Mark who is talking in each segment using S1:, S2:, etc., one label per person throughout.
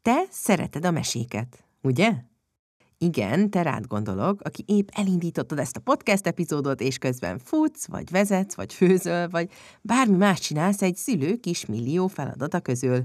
S1: Te szereted a meséket, ugye? Igen, te rád gondolok, aki épp elindítottad ezt a podcast epizódot, és közben futsz, vagy vezetsz, vagy főzöl, vagy bármi más csinálsz egy szülő kismillió feladata közül.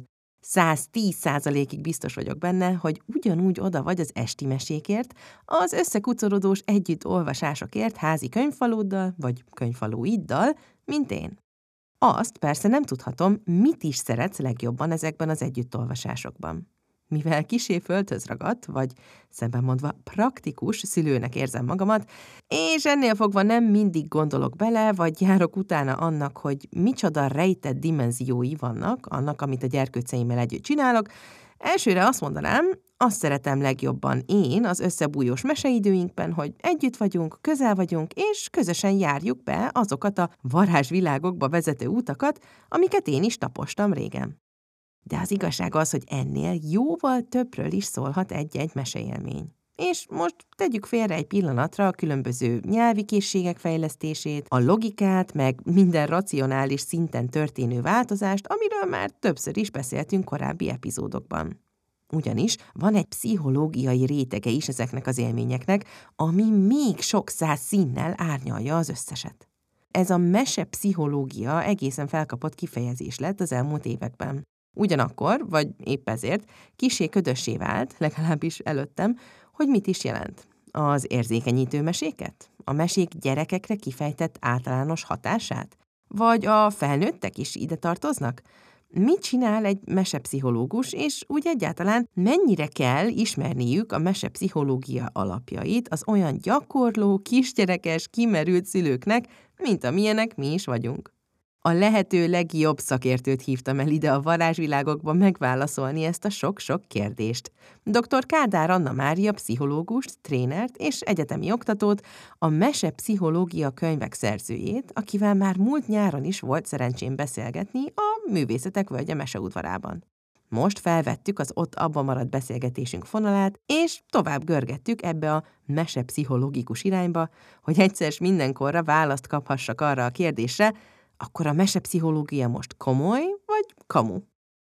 S1: 110%-ig biztos vagyok benne, hogy ugyanúgy oda vagy az esti mesékért, az összekucorodós együtt olvasásokért házi könyvfalóddal, vagy könyvfalóiddal, mint én. Azt persze nem tudhatom, mit is szeretsz legjobban ezekben az együttolvasásokban. Mivel kissé földhöz ragadt, vagy szemben mondva praktikus szülőnek érzem magamat, és ennél fogva nem mindig gondolok bele, vagy járok utána annak, hogy micsoda rejtett dimenziói vannak annak, amit a gyerkőceimmel együtt csinálok, elsőre azt mondanám, azt szeretem legjobban én az összebújós meseidőinkben, hogy együtt vagyunk, közel vagyunk, és közösen járjuk be azokat a varázsvilágokba vezető utakat, amiket én is tapostam régen. De az igazság az, hogy ennél jóval többről is szólhat egy-egy meseélmény. És most tegyük félre egy pillanatra a különböző nyelvi készségek fejlesztését, a logikát, meg minden racionális szinten történő változást, amiről már többször is beszéltünk korábbi epizódokban. Ugyanis van egy pszichológiai rétege is ezeknek az élményeknek, ami még sok száz színnel árnyalja az összeset. Ez a mesepszichológia egészen felkapott kifejezés lett az elmúlt években. Ugyanakkor, vagy épp ezért, kissé ködössé vált, legalábbis előttem, hogy mit is jelent. Az érzékenyítő meséket? A mesék gyerekekre kifejtett általános hatását? Vagy a felnőttek is ide tartoznak? Mit csinál egy mesepszichológus, és úgy egyáltalán mennyire kell ismerniük a mesepszichológia alapjait az olyan gyakorló, kisgyerekes, kimerült szülőknek, mint amilyenek mi is vagyunk? A lehető legjobb szakértőt hívtam el ide a varázsvilágokba megválaszolni ezt a sok-sok kérdést. Dr. Kádár Anna Mária pszichológust, trénert és egyetemi oktatót, a mesepszichológia könyvek szerzőjét, akivel már múlt nyáron is volt szerencsém beszélgetni a Művészetek Völgye meseudvarában. Most felvettük az ott abba maradt beszélgetésünk fonalát, és tovább görgettük ebbe a mesepszichológikus irányba, hogy egyszer s mindenkorra választ kaphassak arra a kérdésre, akkor a mesepszichológia most komoly, vagy kamu?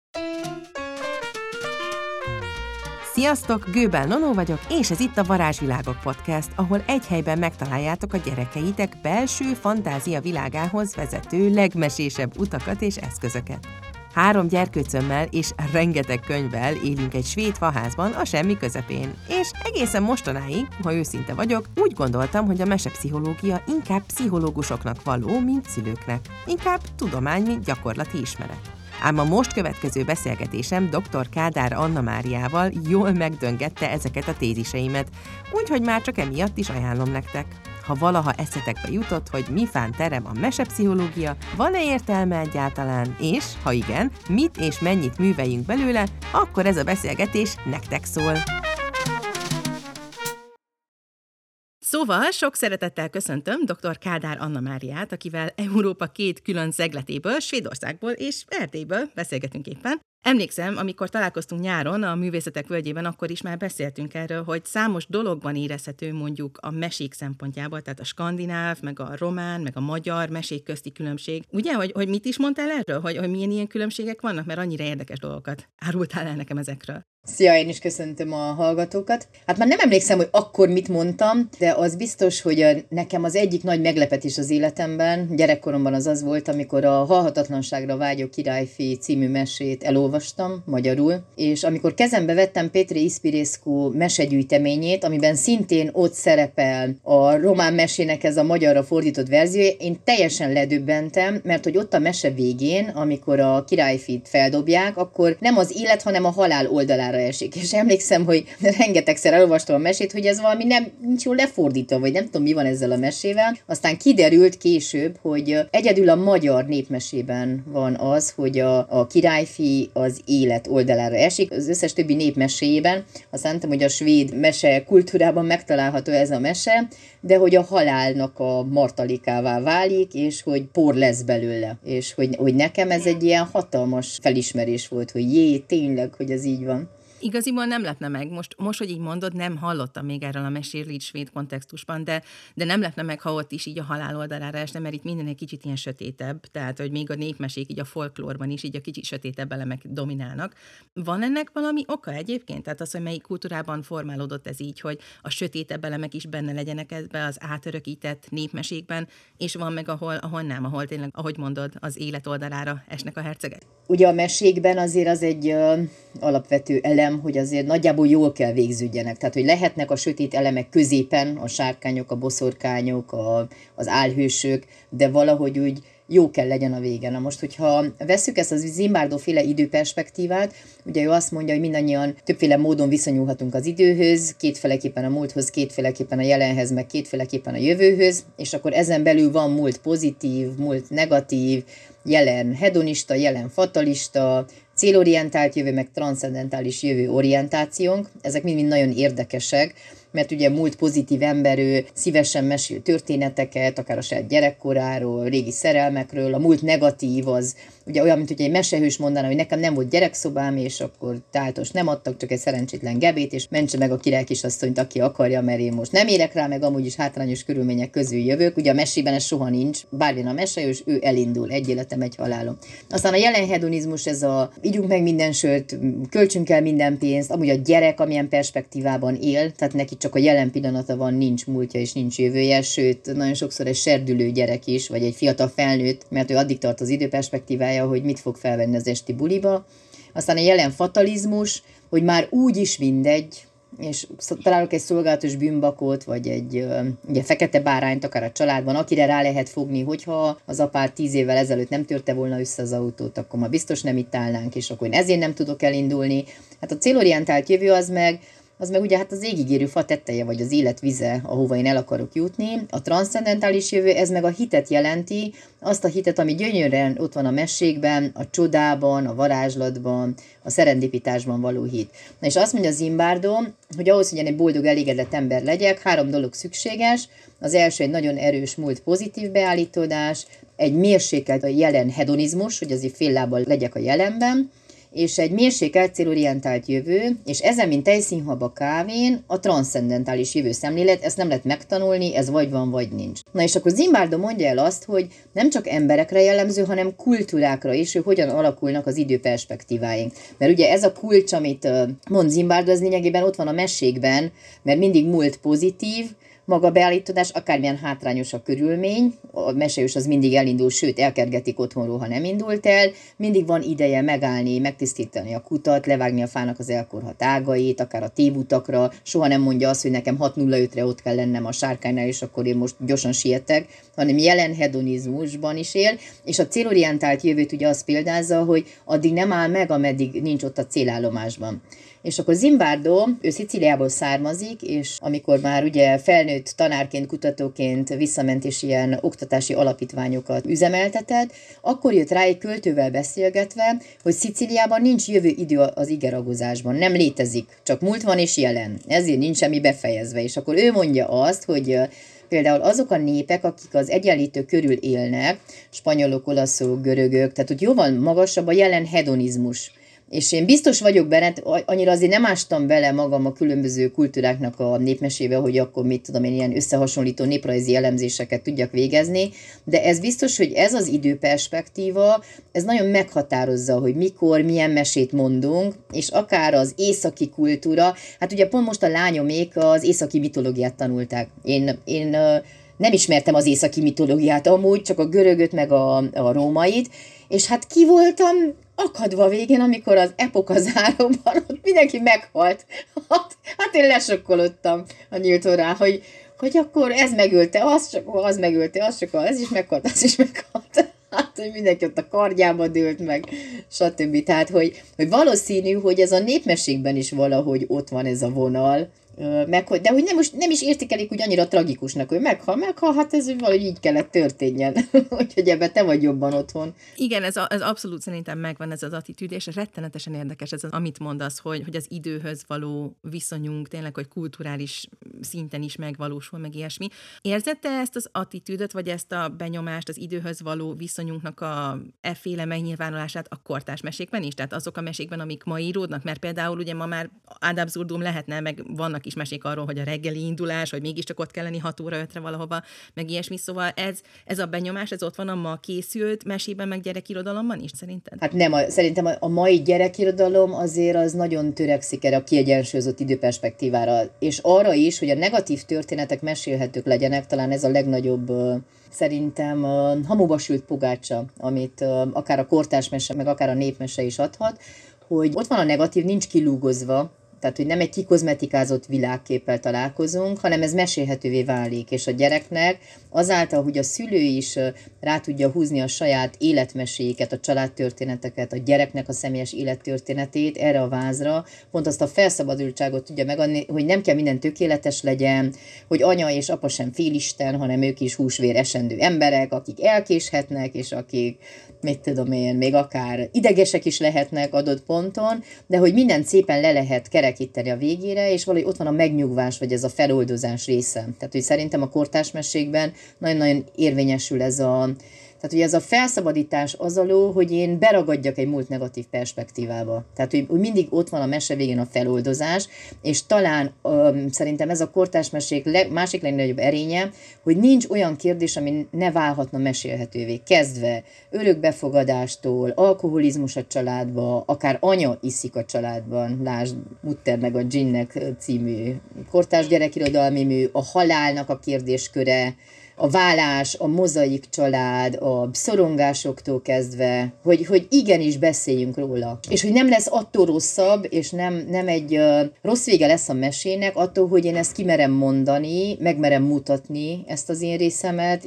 S1: Sziasztok, Gőbel Nonó vagyok, és ez itt a Varázsvilágok Podcast, ahol egy helyben megtaláljátok a gyerekeitek belső fantázia világához vezető legmesésebb utakat és eszközöket. 3 gyerkőcömmel és rengeteg könyvvel élünk egy svéd faházban a semmi közepén, és egészen mostanáig, ha őszinte vagyok, úgy gondoltam, hogy a mesepszichológia inkább pszichológusoknak való, mint szülőknek. Inkább tudomány, mint gyakorlati ismeret. Ám a most következő beszélgetésem dr. Kádár Anna Máriával jól megdöngette ezeket a téziseimet, úgyhogy már csak emiatt is ajánlom nektek. Ha valaha eszetekbe jutott, hogy mifán terem a mesepszichológia, van-e értelme egyáltalán, és, ha igen, mit és mennyit műveljünk belőle, akkor ez a beszélgetés nektek szól. Szóval sok szeretettel köszöntöm dr. Kádár Anna Máriát, akivel Európa 2 külön szegletéből, Svédországból és Erdélyből beszélgetünk éppen. Emlékszem, amikor találkoztunk nyáron a Művészetek Völgyében, akkor is már beszéltünk erről, hogy számos dologban érezhető mondjuk a mesék szempontjából, tehát a skandináv, meg a román, meg a magyar mesék közti különbség. Ugye, hogy mit is mondtál erről, hogy milyen ilyen különbségek vannak, mert annyira érdekes dolgokat árultál el nekem ezekről.
S2: Szia, én is köszöntöm a hallgatókat. Hát már nem emlékszem, hogy akkor mit mondtam, de az biztos, hogy nekem az egyik nagy meglepetés az életemben, gyerekkoromban az volt, amikor a Halhatatlanságra vágyó királyfi című mesét elolvastam magyarul, és amikor kezembe vettem Petri Ispirescu mesegyűjteményét, amiben szintén ott szerepel a román mesének ez a magyarra fordított verziója, én teljesen ledöbbentem, mert hogy ott a mese végén, amikor a királyfit feldobják, akkor nem az élet, hanem a halál oldalára esik. És emlékszem, hogy rengetegszer elolvastam a mesét, hogy ez valami nincs jól lefordítva, vagy nem tudom, mi van ezzel a mesével. Aztán kiderült később, hogy egyedül a magyar népmesében van az, hogy a királyfi az élet oldalára esik. Az összes többi népmeséjében azt mondtam, hogy a svéd mese kultúrában megtalálható ez a mese, de hogy a halálnak a martalikává válik, és hogy por lesz belőle. És hogy nekem ez egy ilyen hatalmas felismerés volt, hogy tényleg, hogy ez így van.
S1: Igaziból nem lepne meg. Most, hogy így mondod, nem hallottam még erről a meséről így svéd kontextusban, de nem lepne meg, ha ott is így a halál oldalára esne, mert itt minden egy kicsit ilyen sötétebb, tehát hogy még a népmesék így a folklórban is így a kicsit sötétebb elemek dominálnak. Van ennek valami oka egyébként? Tehát az, hogy melyik kultúrában formálódott ez így, hogy a sötétebb elemek is benne legyenek ebbe az átörökített népmesékben, és van meg, ahol nem, ahol tényleg, ahogy mondod, az élet oldalára esnek a hercegek?
S2: Ugye a mesékben azért az egy alapvető elem, hogy azért nagyjából jól kell végződjenek. Tehát, hogy lehetnek a sötét elemek középen, a sárkányok, a boszorkányok, az álhősök, de valahogy úgy jó kell legyen a vége. Na most, hogyha vesszük ezt a Zimbardo-féle időperspektívát, ugye ő azt mondja, hogy mindannyian többféle módon viszonyulhatunk az időhöz, kétféleképpen a múlthoz, kétféleképpen a jelenhez, meg kétféleképpen a jövőhöz, és akkor ezen belül van múlt pozitív, múlt negatív, jelen hedonista, jelen fatalista, célorientált jövő, meg transzcendentális jövő orientációnk. Ezek mind nagyon érdekesek, mert ugye múlt pozitív ember, ő szívesen mesél történeteket, akár a saját gyerekkoráról, régi szerelmekről, a múlt negatív az ugye olyan, mint hogy egy mesehős mondaná, hogy nekem nem volt gyerekszobám, és akkor táltos nem adtak, csak egy szerencsétlen gebét, és mentse meg a király kisasszonyt, aki akarja, mert én most nem érek rá, meg amúgy is hátrányos körülmények közül jövök. Ugye a mesében ez soha nincs, bármilyen a mesehős, ő elindul, egy életem, egy halálom. Aztán a jelen hedonizmus, ez a ígyunk meg minden sört, költsünk el minden pénzt, amúgy a gyerek, amilyen perspektívában él, tehát neki csak a jelen pillanata van, nincs múltja és nincs jövője, sőt, nagyon sokszor egy serdülő gyerek is, vagy egy fiatal felnőtt, mert ő addig tart az időperspektívája, hogy mit fog felvenni az esti buliba. Aztán a jelen fatalizmus, hogy már úgy is mindegy, és találok egy szolgálatos bűnbakot, vagy egy ugye, fekete bárányt akár a családban, akire rá lehet fogni, hogyha az apád 10 évvel ezelőtt nem törte volna össze az autót, akkor ma biztos nem itt állnánk, és akkor én ezért nem tudok elindulni. Hát a célorientált jövő az meg ugye hát az égigérő fa tetteje, vagy az élet vize, ahova én el akarok jutni. A transzcendentális jövő, ez meg a hitet jelenti, azt a hitet, ami gyönyörűen ott van a mesékben, a csodában, a varázslatban, a szerendipitásban való hit. Na és azt mondja Zimbardo, hogy ahhoz, hogy én egy boldog, elégedett ember legyek, 3 dolog szükséges. Az első egy nagyon erős múlt pozitív beállítódás, egy mérsékelt a jelen hedonizmus, hogy azért fél lábbal legyek a jelenben, és egy mérsékelt célorientált jövő, és ezen, mint tejszínhab a kávén, a transzcendentális jövő szemlélet, ezt nem lehet megtanulni, ez vagy van, vagy nincs. Na és akkor Zimbardo mondja el azt, hogy nem csak emberekre jellemző, hanem kultúrákra is, hogy hogyan alakulnak az időperspektíváink. Mert ugye ez a kulcs, amit mond Zimbardo, ez lényegében ott van a mesékben, mert mindig múlt pozitív, maga beállítodás, akármilyen hátrányos a körülmény, a mesejős az mindig elindul, sőt elkergetik otthonról, ha nem indult el, mindig van ideje megállni, megtisztítani a kutat, levágni a fának az elkorhat ágait, akár a tévutakra, soha nem mondja azt, hogy nekem 6:05-re ott kell lennem a sárkánynál, és akkor én most gyorsan sietek, hanem jelen hedonizmusban is él, és a célorientált jövőt ugye azt példázza, hogy addig nem áll meg, ameddig nincs ott a célállomásban. És akkor Zimbardo, ő Szicíliából származik, és amikor már ugye felnőtt tanárként, kutatóként visszament és ilyen oktatási alapítványokat üzemeltetett, akkor jött rá egy költővel beszélgetve, hogy Szicíliában nincs jövő idő az igeragozásban, nem létezik, csak múlt van és jelen, ezért nincs semmi befejezve. És akkor ő mondja azt, hogy például azok a népek, akik az egyenlítő körül élnek, spanyolok, olaszok, görögök, tehát hogy jóval magasabb a jelen hedonizmus. És én biztos vagyok benne, annyira azért nem ástam bele magam a különböző kultúráknak a népmesébe, hogy akkor mit tudom én, ilyen összehasonlító néprajzi elemzéseket tudjak végezni, de ez biztos, hogy ez az időperspektíva, ez nagyon meghatározza, hogy mikor, milyen mesét mondunk, és akár az északi kultúra, hát ugye pont most a lányomék az északi mitológiát tanulták. Én nem ismertem az északi mitológiát amúgy, csak a görögöt meg a rómait, és hát ki voltam akadva végén, amikor az epoka záróban ott mindenki meghalt. Hát én lesokkolottam a Newton rá, hogy akkor ez megölte azt, csak az megölte azt, csak ez is meghalt, az is meghalt. Hát, hogy mindenki ott a kardjába dőlt meg, stb. Tehát, hogy valószínű, hogy ez a népmesékben is valahogy ott van ez a vonal, de hogy nem is értékelik úgy annyira tragikusnak, hogy meghal, hát ez valahogy így kellett történjen. Úgyhogy ebben te vagy jobban otthon.
S1: Igen, ez abszolút szerintem megvan ez az attitűd, és rettenetesen érdekes ez, amit mondasz, hogy az időhöz való viszonyunk tényleg, hogy kulturális szinten is megvalósul, meg ilyesmi. Érzed te ezt az attitűdöt, vagy ezt a benyomást, az időhöz való viszonyunknak a efféle megnyilvánulását a kortárs mesékben is? Tehát azok a mesékben, amik ma íródnak, mert például ugye ma már ad absurdum lehetne, meg vannak is mesék arról, hogy a reggeli indulás, hogy mégiscsak ott kell lenni 6 óra 5-re valahova, meg ilyesmi. Szóval ez a benyomás, ez ott van a ma készült mesében, meg gyerekirodalomban is, szerinted?
S2: Hát nem, szerintem a mai gyerekirodalom azért az nagyon törekszik erre a kiegyensúlyozott időperspektívára, és arra is, hogy a negatív történetek mesélhetők legyenek, talán ez a legnagyobb szerintem hamuba sült pogácsa, amit akár a kortárs mese, meg akár a népmese is adhat, hogy ott van a negatív, nincs kilúgozva, tehát, hogy nem egy kikozmetikázott világképpel találkozunk, hanem ez mesélhetővé válik, és a gyereknek azáltal, hogy a szülő is rá tudja húzni a saját életmeséiket, a családtörténeteket, a gyereknek a személyes élettörténetét erre a vázra, pont azt a felszabadultságot tudja megadni, hogy nem kell minden tökéletes legyen, hogy anya és apa sem félisten, hanem ők is húsvér esendő emberek, akik elkéshetnek, és akik, mit tudom én, még akár idegesek is lehetnek adott ponton, de hogy mindent szépen le lehet kerekíteni a végére, és valahogy ott van a megnyugvás, vagy ez a feloldozás része. Tehát, hogy szerintem a kortársmesékben nagyon-nagyon érvényesül tehát, hogy ez a felszabadítás az alól, hogy én beragadjak egy múlt negatív perspektívába. Tehát, hogy mindig ott van a mese végén a feloldozás, és talán szerintem ez a kortársmesék másik legnagyobb erénye, hogy nincs olyan kérdés, ami ne válhatna mesélhetővé. Kezdve örökbefogadástól, alkoholizmus a családba, akár anya iszik a családban, lásd Mutter meg a Ginnek című kortárs gyerekirodalmi mű, a halálnak a kérdésköre, a vállás, a mozaik család, a szorongásoktól kezdve, hogy igenis beszéljünk róla. És hogy nem lesz attól rosszabb, és nem egy rossz vége lesz a mesének, attól, hogy én ezt kimerem mondani, megmerem mutatni ezt az én részemet,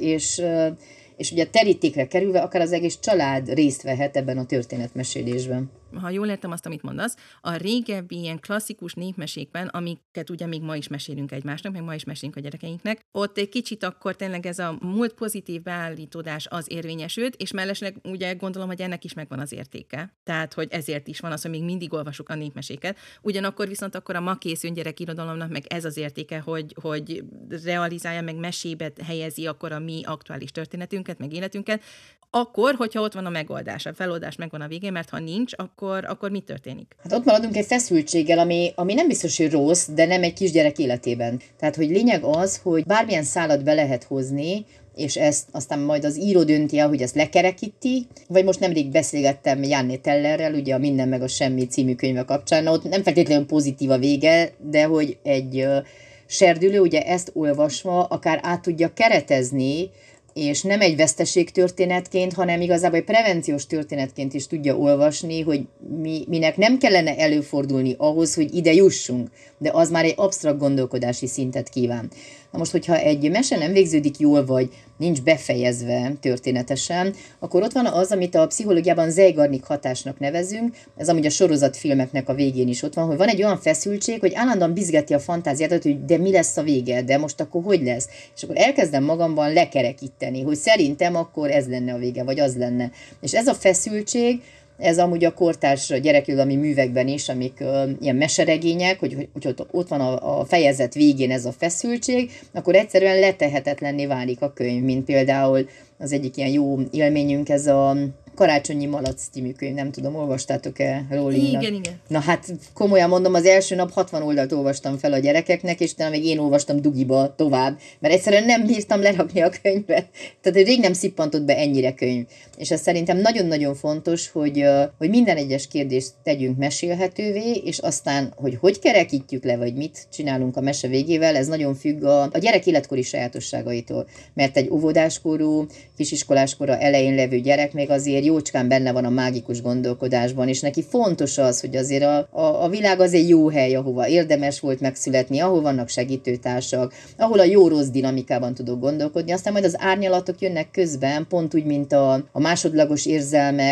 S2: és ugye terítékre kerülve akár az egész család részt vehet ebben a történetmesélésben.
S1: Ha jól értem azt, amit mondasz, a régebbi ilyen klasszikus népmesékben, amiket ugye még ma is mesélünk egymásnak, meg ma is mesélünk a gyerekeinknek, ott egy kicsit akkor tényleg ez a múlt pozitív beállítódás az érvényesült, és mellesleg ugye gondolom, hogy ennek is megvan az értéke. Tehát, hogy ezért is van az, hogy még mindig olvasuk a népmeséket. Ugyanakkor viszont akkor a ma készült gyerekirodalomnak meg ez az értéke, hogy realizálja, meg mesébe helyezi akkor a mi aktuális történetünket, meg életünket, akkor, hogyha ott van a megoldás, a feloldás megvan a végén, mert ha nincs, akkor mi történik?
S2: Hát ott maradunk egy feszültséggel, ami nem biztos, hogy rossz, de nem egy kisgyerek életében. Tehát, hogy lényeg az, hogy bármilyen szálat be lehet hozni, és ezt aztán majd az író dönti el, hogy ezt lekerekíti, vagy most nemrég beszélgettem Janné Tellerrel, ugye a Minden meg a Semmi című könyve kapcsán, ott nem feltétlenül pozitív a vége, de hogy egy serdülő ugye ezt olvasva akár át tudja keretezni, és nem egy veszteség történetként, hanem igazából egy prevenciós történetként is tudja olvasni, hogy minek nem kellene előfordulni ahhoz, hogy ide jussunk, de az már egy absztrakt gondolkodási szintet kíván. Na most, hogyha egy mese nem végződik jól, vagy nincs befejezve történetesen, akkor ott van az, amit a pszichológiában Zeigarnik hatásnak nevezünk, ez amúgy a sorozatfilmeknek a végén is ott van, hogy van egy olyan feszültség, hogy állandóan bizgeti a fantáziát, hogy de mi lesz a vége, de most akkor hogy lesz? És akkor elkezdem magamban lekerekíteni, hogy szerintem akkor ez lenne a vége, vagy az lenne. És ez a feszültség, ez amúgy a kortárs gyerekirodalmi művekben is, amik ilyen meseregények, hogy ott van a fejezet végén ez a feszültség, akkor egyszerűen letehetetlenné válik a könyv, mint például az egyik ilyen jó élményünk, ez a Karácsonyi Malac című könyv, nem tudom, olvastátok-e Rowlingnak?
S1: Igen.
S2: Na hát komolyan mondom, az első nap 60 oldalt olvastam fel a gyerekeknek, és utána még én olvastam dugiba tovább, mert egyszerűen nem bírtam lerakni a könyvet. Tehát rég nem szippantott be ennyire könyv. És ez szerintem nagyon-nagyon fontos, hogy minden egyes kérdést tegyünk mesélhetővé, és aztán, hogy kerekítjük le, vagy mit csinálunk a mese végével, ez nagyon függ a gyerek életkori sajátosságaitól. Mert egy óvodáskorú, kisiskoláskorra elején levő gyerek még azért jócskán benne van a mágikus gondolkodásban, és neki fontos az, hogy azért a világ az egy jó hely, ahova érdemes volt megszületni, ahol vannak segítőtársak, ahol a jó-rossz dinamikában tudok gondolkodni, aztán majd az árnyalatok jönnek közben, pont úgy, mint a másodlagos érzelmek,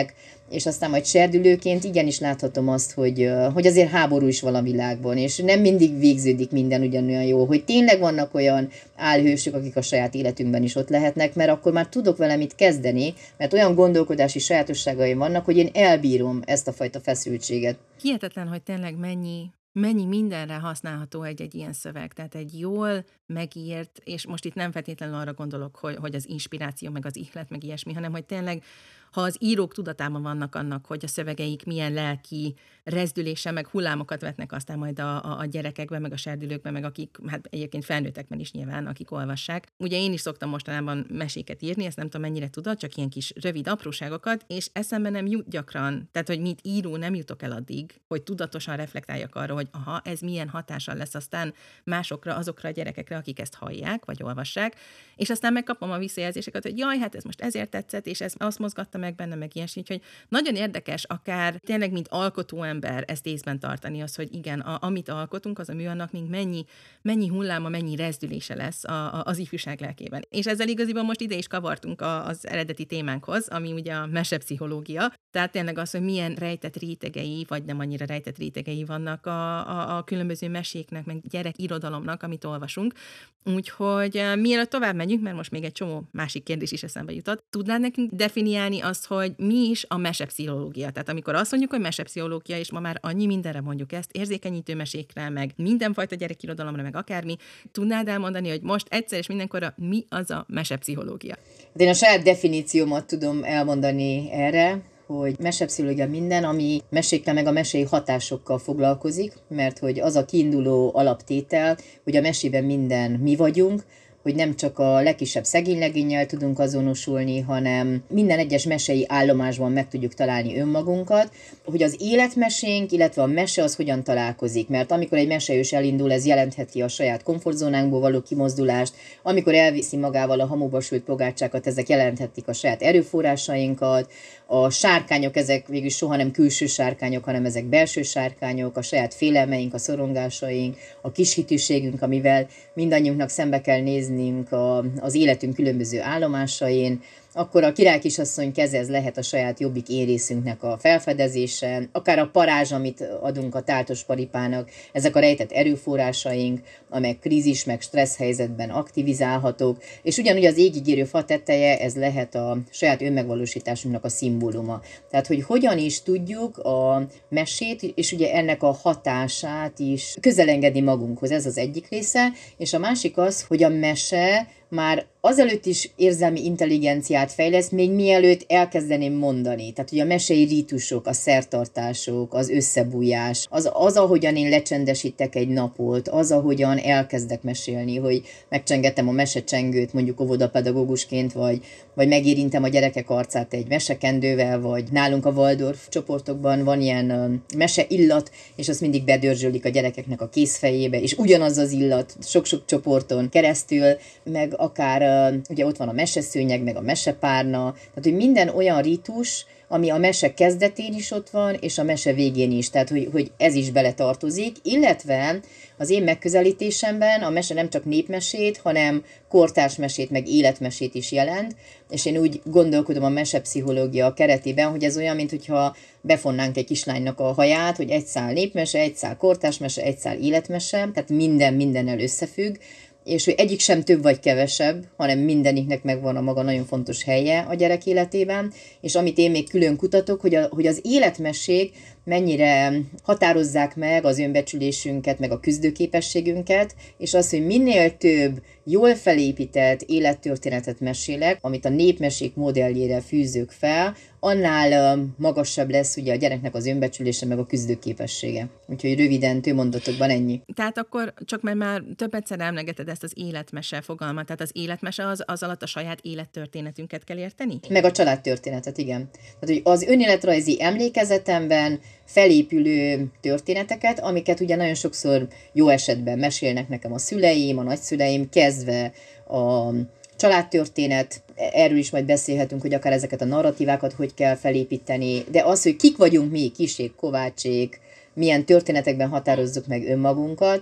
S2: és aztán majd serdülőként igenis láthatom azt, hogy azért háború is van a világban, és nem mindig végződik minden ugyanolyan jó, hogy tényleg vannak olyan álhősök, akik a saját életünkben is ott lehetnek, mert akkor már tudok vele mit kezdeni, mert olyan gondolkodási sajátosságaim vannak, hogy én elbírom ezt a fajta feszültséget.
S1: Hihetetlen, hogy tényleg mennyi mindenre használható egy ilyen szöveg. Tehát egy jól megírt, és most itt nem feltétlenül arra gondolok, hogy az inspiráció, meg az ihlet, meg ilyesmi, hanem hogy tényleg, ha az írók tudatában vannak annak, hogy a szövegeik milyen lelki rezdülése, meg hullámokat vetnek aztán majd a gyerekekben, meg a serdülőkben, meg akik, hát egyébként felnőttekben is nyilván, akik olvassák. Ugye én is szoktam mostanában meséket írni, ezt nem tudom mennyire tudod, csak ilyen kis rövid apróságokat, és eszembe nem jut gyakran, tehát hogy mint író nem jutok el addig, hogy tudatosan reflektáljak arra, hogy aha, ez milyen hatással lesz aztán másokra, azokra a gyerekekre, akik ezt hallják, vagy olvassák, és aztán megkapom a visszajelzéseket, hogy jaj, hát ez most ezért tetszett, és ez azt mozgatta meg benne, meg ilyesmi, úgyhogy nagyon érdekes akár tényleg, mint alkotó ember ezt észben tartani, az, hogy igen, amit alkotunk, az a mű, annak még mennyi hulláma, mennyi rezdülése lesz az ifjúság lelkében. És ezzel igaziból most ide is kavartunk az eredeti témánkhoz, ami ugye a mesepszichológia, tehát tényleg az, hogy milyen rejtett rétegei, vagy nem annyira rejtett rétegei vannak a különböző meséknek, meg gyerekirodalomnak, amit olvasunk. Úgyhogy mielőtt tovább megyünk, mert most még egy csomó másik kérdés is eszembe jutott, tudnád nekünk definiálni azt, hogy mi is a mesepszichológia? Tehát amikor azt mondjuk, hogy mesepszichológia, és ma már annyi mindenre mondjuk ezt, érzékenyítő mesékre, meg mindenfajta gyerekirodalomra, meg akármi, tudnád elmondani, hogy most egyszer és mindenkorra mi az a mesepszichológia?
S2: De én a saját definíciómat tudom elmondani erre, hogy mesepszichológia minden, ami mesékkel meg a mesei hatásokkal foglalkozik, mert hogy az a kiinduló alaptétel, hogy a mesében minden mi vagyunk, hogy nem csak a legkisebb szegénylegénnyel tudunk azonosulni, hanem minden egyes mesei állomásban meg tudjuk találni önmagunkat, hogy az életmesénk, illetve a mese az hogyan találkozik, mert amikor egy meseős elindul, ez jelentheti a saját komfortzónánkból való kimozdulást, amikor elviszi magával a hamuba sült pogácsákat, ezek jelenthetik a saját erőforrásainkat, a sárkányok, ezek végül soha nem külső sárkányok, hanem ezek belső sárkányok, a saját félelmeink, a szorongásaink, a kishitűségünk, amivel mindannyiunknak szembe kell néznünk az életünk különböző állomásain, akkor a királykisasszony keze, ez lehet a saját jobbik énrészünknek a felfedezése, akár a parázs, amit adunk a táltos paripának, ezek a rejtett erőforrásaink, amelyek krízis meg stressz helyzetben aktivizálhatók, és ugyanúgy az égigérő fa teteje, ez lehet a saját önmegvalósításunknak a szimbóluma. Tehát, hogy hogyan is tudjuk a mesét, és ugye ennek a hatását is közelengedni magunkhoz, ez az egyik része, és a másik az, hogy a mese már azelőtt is érzelmi intelligenciát fejleszt, még mielőtt elkezdeném mondani. Tehát, hogy a mesei rítusok, a szertartások, az összebújás, az ahogyan én lecsendesítek egy napot, az, ahogyan elkezdek mesélni, hogy megcsengetem a mesecsengőt, mondjuk óvodapedagógusként, vagy megérintem a gyerekek arcát egy mesekendővel, vagy nálunk a Waldorf csoportokban van ilyen meseillat, és azt mindig bedörzsölik a gyerekeknek a kézfejébe, és ugyanaz az illat sok-sok csoporton keresztül, meg akár ugye ott van a meseszőnyeg, meg a mesepárna, tehát hogy minden olyan ritus, ami a mese kezdetén is ott van, és a mese végén is, tehát hogy ez is beletartozik, illetve az én megközelítésemben a mese nem csak népmesét, hanem kortársmesét, meg életmesét is jelent, és én úgy gondolkodom a mesepszichológia keretében, hogy ez olyan, mintha befonnánk egy kislánynak a haját, hogy egy szál népmese, egy szál kortársmese, egy szál életmese, tehát minden mindennel összefügg, és hogy egyik sem több vagy kevesebb, hanem mindeniknek megvan a maga nagyon fontos helye a gyerek életében, és amit én még külön kutatok, hogy az életmesék mennyire határozzák meg az önbecsülésünket, meg a küzdőképességünket, és az, hogy minél több jól felépített élettörténetet mesélek, amit a népmesék modelljére fűzök fel, annál magasabb lesz ugye a gyereknek az önbecsülése, meg a küzdőképessége. Úgyhogy röviden, mondatokban ennyi.
S1: Tehát akkor csak mert már több egyszer emlegeted ezt az életmese fogalmat, tehát az életmese az alatt a saját élettörténetünket kell érteni?
S2: Meg a családtörténetet, igen. Tehát, hogy az önéletrajzi emlékezetemben felépülő történeteket, amiket ugye nagyon sokszor jó esetben mesélnek nekem a szüleim, a nagyszüleim, kezdve a családtörténet, erről is majd beszélhetünk, hogy akár ezeket a narratívákat hogy kell felépíteni, de az, hogy kik vagyunk mi, Kisék, Kovácsék, milyen történetekben határozzuk meg önmagunkat,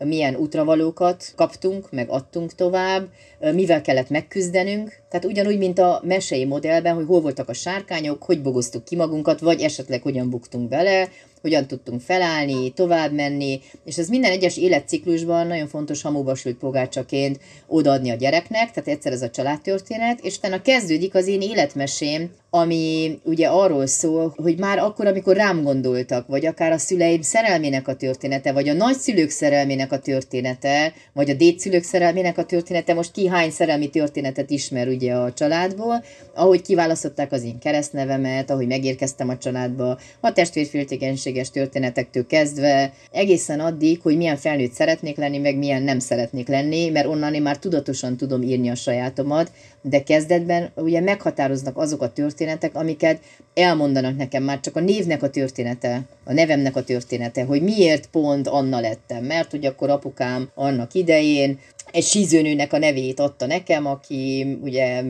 S2: milyen útravalókat kaptunk, meg adtunk tovább, mivel kellett megküzdenünk. Tehát ugyanúgy, mint a mesei modellben, hogy hol voltak a sárkányok, hogy bogoztuk ki magunkat, vagy esetleg hogyan buktunk bele, hogyan tudtunk felállni, tovább menni, és ez minden egyes életciklusban nagyon fontos hamuba sült pogácsaként odaadni a gyereknek, tehát egyszer ez a családtörténet, és utána kezdődik az én életmesém, ami ugye arról szól, hogy már akkor, amikor rám gondoltak, vagy akár a szüleim szerelmének a története, vagy a nagyszülők szerelmének a története, vagy a dédszülők szerelmének a története, most ki hány szerelmi történetet ismer ugye a családból, ahogy kiválasztották az én keresztnevemet, ahogy megérkeztem a családba, a testvérféltékenységes történetektől kezdve, egészen addig, hogy milyen felnőtt szeretnék lenni, meg milyen nem szeretnék lenni, mert onnan én már tudatosan tudom írni a sajátomat, de kezdetben ugye meghatároznak azok a történetek, amiket elmondanak nekem már csak a névnek a története, a nevemnek a története, hogy miért pont Anna lettem, mert hogy akkor apukám annak idején egy sízőnőnek a nevét adta nekem, aki ugye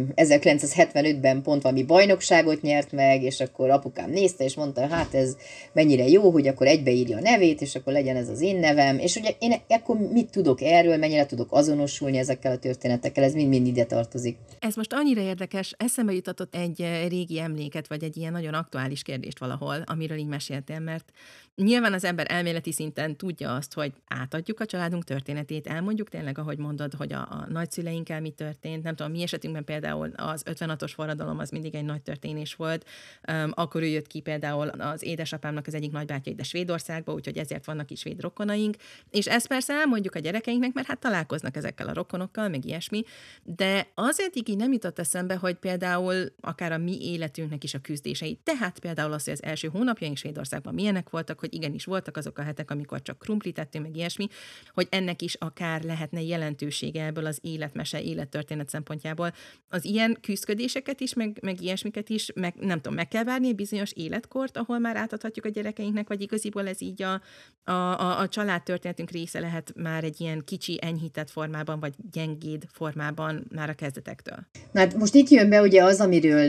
S2: 1975-ben pont valami bajnokságot nyert meg, és akkor apukám nézte, és mondta, hát ez mennyire jó, hogy akkor egybeírja a nevét, és akkor legyen ez az én nevem, és ugye én akkor mit tudok erről, mennyire tudok azonosulni ezekkel a történetekkel, ez mind-mind ide tartozik.
S1: Ez most annyira érdekes, eszembe jutatott egy régi emléket, vagy egy ilyen nagyon aktuális kérdést valahol, amiről így meséltél, mert nyilván az ember elméleti szinten tudja azt, hogy átadjuk a családunk történetét, elmondjuk tényleg, ahogy mondod, hogy a nagyszüleinkkel mi történt. Nem tudom, mi esetünkben például az 56-os forradalom az mindig egy nagy történés volt. Akkor ő jött ki például az édesapámnak az egyik nagybátyja ide Svédországba, úgyhogy ezért vannak is svéd rokonaink. És ezt persze elmondjuk a gyerekeinknek, mert hát találkoznak ezekkel a rokonokkal, meg ilyesmi. De azért így nem jutott eszembe, hogy például akár a mi életünknek is a küzdései. Tehát például az, hogy az első hónapjaink Svédországban milyenek voltak, hogy igenis voltak azok a hetek, amikor csak krumplit tettünk, meg ilyesmi, hogy ennek is akár lehetne jelentősége ebből az életmese, élettörténet szempontjából. Az ilyen küzdködéseket is, meg ilyesmiket is, nem tudom, meg kell várni egy bizonyos életkort, ahol már átadhatjuk a gyerekeinknek, vagy igaziból ez így a családtörténetünk része lehet már egy ilyen kicsi, enyhített formában, vagy gyengéd formában már a kezdetektől.
S2: Na hát most itt jön be ugye az,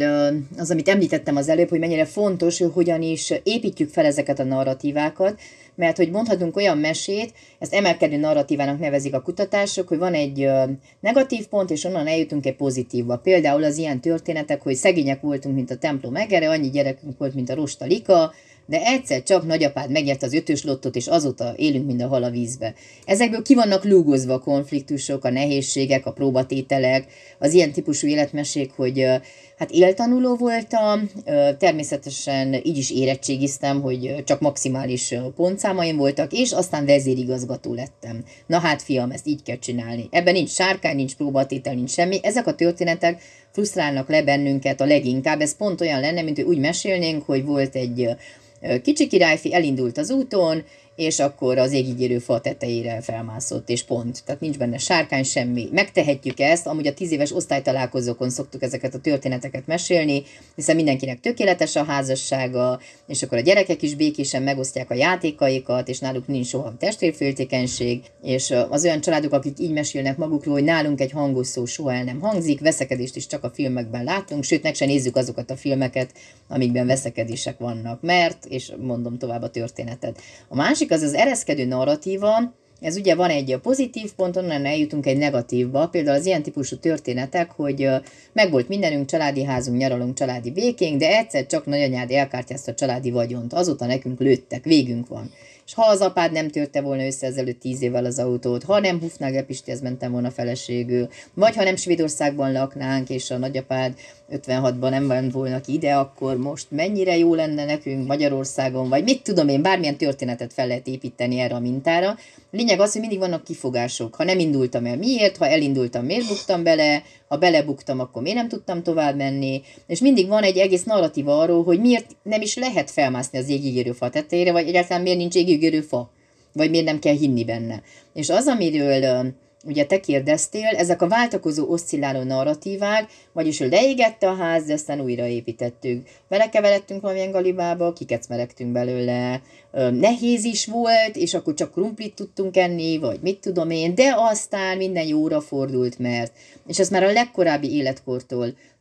S2: amit említettem az előbb, hogy mennyire fontos, hogy hogyan is építjük fel ezeket a narratívákat, mert hogy mondhatunk olyan mesét, ezt emelkedő narratívának nevezik a kutatások, hogy van egy negatív pont, és onnan eljutunk egy pozitívba. Például az ilyen történetek, hogy szegények voltunk, mint a templom egere, annyi gyerekünk volt, mint a rosta lika, de egyszer csak nagyapád megnyerte az 5-ös lottót, és azóta élünk, mint a hal a vízbe. Ezekből ki vannak lúgozva a konfliktusok, a nehézségek, a próbatételek, az ilyen típusú életmesék, hogy hát éltanuló voltam, természetesen így is érettségiztem, hogy csak maximális pontszámaim voltak, és aztán vezérigazgató lettem. Na hát fiam, ezt így kell csinálni. Ebben nincs sárkány, nincs próbatétel, nincs semmi. Ezek a történetek frusztrálnak le bennünket a leginkább. Ez pont olyan lenne, mint hogy úgy mesélnénk, hogy volt egy kicsi királyfi, elindult az úton, és akkor az égigérő fa tetejére felmászott, és pont. Tehát nincs benne sárkány, semmi. Megtehetjük ezt, amúgy a 10 éves osztálytalálkozókon szoktuk ezeket a történeteket mesélni, hiszen mindenkinek tökéletes a házassága, és akkor a gyerekek is békésen megosztják a játékaikat, és náluk nincs soha testvérféltékenység, és az olyan családok, akik így mesélnek magukról, hogy nálunk egy hangos szó soha el nem hangzik, veszekedést is csak a filmekben látunk, sőt, meg se nézzük azokat a filmeket, amikben veszekedések vannak, mert, és mondom tovább a történetet. A másik az ereszkedő narratíva, ez ugye van egy pozitív pont, onnan eljutunk egy negatívba, például az ilyen típusú történetek, hogy megvolt mindenünk, családi házunk, nyaralunk, családi békénk, de egyszer csak nagyanyád elkártyázta a családi vagyont, azóta nekünk lőttek, végünk van. És ha az apád nem törte volna össze ezelőtt 10 évvel az autót, ha nem Hufnagel Pistihez mentem volna feleségül, vagy ha nem Svédországban laknánk, és a nagyapád 56-ban nem ment volna ki ide, akkor most mennyire jó lenne nekünk Magyarországon, vagy mit tudom én, bármilyen történetet fel lehet építeni erre a mintára. Lényeg az, hogy mindig vannak kifogások. Ha nem indultam el, miért? Ha elindultam, miért buktam bele? Ha belebuktam, akkor miért nem tudtam tovább menni? És mindig van egy egész narratíva arról, hogy miért nem is lehet felmászni az égigérő fa tetejére, vagy egyáltalán miért nincs égigérő fa, vagy miért nem kell hinni benne. És az, amiről ugye te kérdeztél, ezek a váltakozó, oszcilláló narratívák, vagyis hogy leégette a ház, de aztán újraépítettük. Belekeveredtünk valamilyen galibába, kikecmeregtünk belőle, nehéz is volt, és akkor csak krumplit tudtunk enni, vagy mit tudom én, de aztán minden jóra fordult, mert. És ezt már a legkorábbi életkortól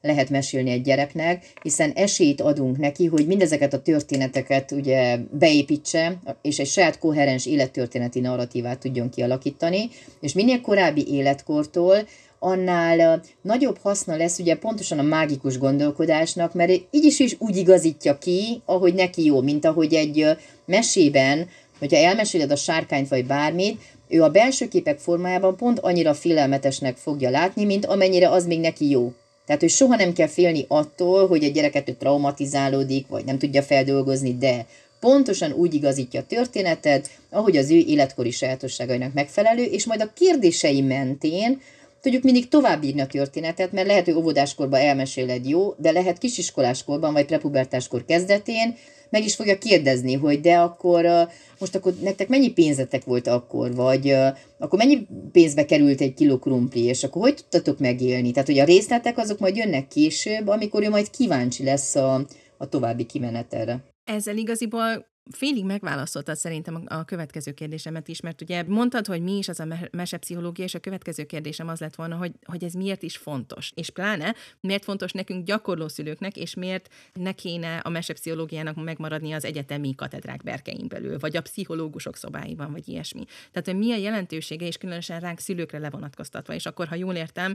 S2: lehet mesélni egy gyereknek, hiszen esélyt adunk neki, hogy mindezeket a történeteket ugye beépítse, és egy saját koherens élettörténeti narratívát tudjon kialakítani, és minél korábbi életkortól annál nagyobb haszna lesz ugye pontosan a mágikus gondolkodásnak, mert így is úgy igazítja ki, ahogy neki jó, mint ahogy egy mesében, hogyha elmeséled a sárkányt vagy bármit, ő a belső képek formájában pont annyira félelmetesnek fogja látni, mint amennyire az még neki jó. Tehát, hogy soha nem kell félni attól, hogy egy gyereket traumatizálódik, vagy nem tudja feldolgozni, de pontosan úgy igazítja a történetet, ahogy az ő életkori sajátosságainak megfelelő, és majd a kérdései mentén tudjuk mindig továbbírni a történetet, mert lehet, hogy óvodáskorban elmeséled jó, de lehet kisiskoláskorban, vagy prepubertáskor kezdetén meg is fogja kérdezni, hogy de akkor most akkor nektek mennyi pénzetek volt akkor, vagy akkor mennyi pénzbe került egy kiló krumpli, és akkor hogy tudtatok megélni? Tehát, hogy a részletek azok majd jönnek később, amikor ő majd kíváncsi lesz a további kimenetelre.
S1: Ezzel igaziból félig megválaszoltad szerintem a következő kérdésemet is, mert ugye mondtad, hogy mi is az a mesepszichológia, és a következő kérdésem az lett volna, hogy ez miért is fontos. És pláne, miért fontos nekünk gyakorlószülőknek, és miért ne kéne a mesepszichológiának megmaradni az egyetemi katedrák berkein belül, vagy a pszichológusok szobáiban, vagy ilyesmi. Tehát, hogy mi a jelentősége, és különösen ránk szülőkre levonatkoztatva. És akkor, ha jól értem,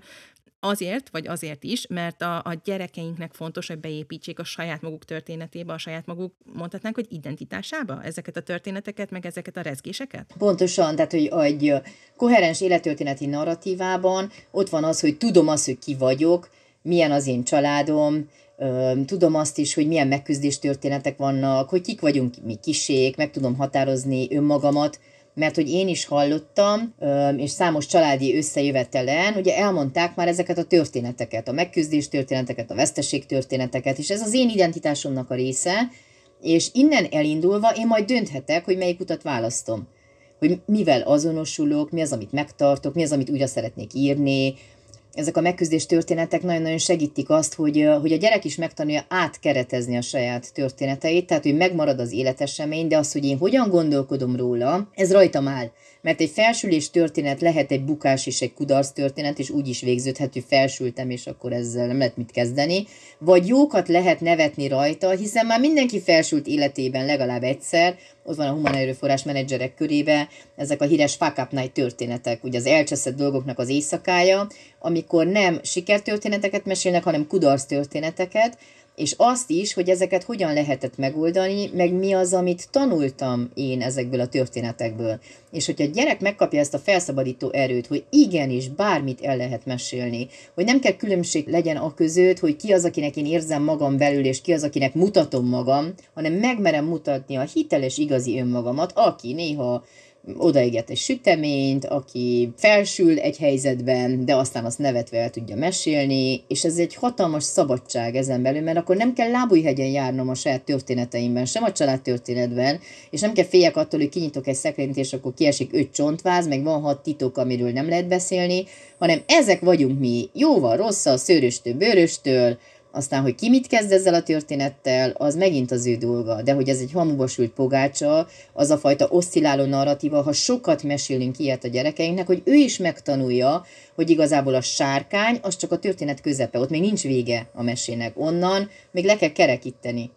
S1: azért is, mert a gyerekeinknek fontos, hogy beépítsék a saját maguk történetébe, a saját maguk, mondhatnánk, hogy identitásába ezeket a történeteket, meg ezeket a rezgéseket?
S2: Pontosan, tehát, hogy egy koherens élettörténeti narratívában ott van az, hogy tudom azt, hogy ki vagyok, milyen az én családom, tudom azt is, hogy milyen megküzdés történetek vannak, hogy kik vagyunk mi kisék, meg tudom határozni önmagamat, mert hogy én is hallottam, és számos családi összejövetelen, ugye elmondták már ezeket a történeteket, a megküzdés történeteket, a veszteség történeteket, és ez az én identitásomnak a része, és innen elindulva én majd dönthetek, hogy melyik utat választom. Hogy mivel azonosulok, mi az, amit megtartok, mi az, amit újra szeretnék írni. Ezek a megküzdés történetek nagyon-nagyon segítik azt, hogy a gyerek is megtanulja átkeretezni a saját történeteit, tehát hogy megmarad az életesemény, de az, hogy én hogyan gondolkodom róla, ez rajtam áll. Mert egy felsülés történet lehet egy bukás és egy kudarc történet, és úgy is végződhet, hogy felsültem, és akkor ezzel nem lehet mit kezdeni. Vagy jókat lehet nevetni rajta, hiszen már mindenki felsült életében legalább egyszer, ott van a human erőforrás menedzserek körébe, ezek a híres fuck up night történetek, ugye az elcseszett dolgoknak az éjszakája, amikor nem sikertörténeteket mesélnek, hanem kudarc történeteket, és azt is, hogy ezeket hogyan lehetett megoldani, meg mi az, amit tanultam én ezekből a történetekből. És hogyha a gyerek megkapja ezt a felszabadító erőt, hogy igenis bármit el lehet mesélni, hogy nem kell különbség legyen a között, hogy ki az, akinek én érzem magam belül, és ki az, akinek mutatom magam, hanem megmerem mutatni a hiteles, igazi önmagamat, aki néha odaéget egy süteményt, aki felsül egy helyzetben, de aztán azt nevetve el tudja mesélni, és ez egy hatalmas szabadság ezen belül, mert akkor nem kell lábújhegyen járnom a saját történeteimben, sem a családtörténetben, és nem kell féljek attól, hogy kinyitok egy szekrényt, és akkor kiesik 5 csontváz, meg van 6 titok, amiről nem lehet beszélni, hanem ezek vagyunk mi, jóval rosszal, szőröstől, bőröstől, aztán, hogy ki mit kezd ezzel a történettel, az megint az ő dolga. De hogy ez egy hamuba sült pogácsa, az a fajta oszcilláló narratíva, ha sokat mesélünk ilyet a gyerekeinknek, hogy ő is megtanulja, hogy igazából a sárkány, az csak a történet közepe. Ott még nincs vége a mesének. Onnan még le kell kerekíteni.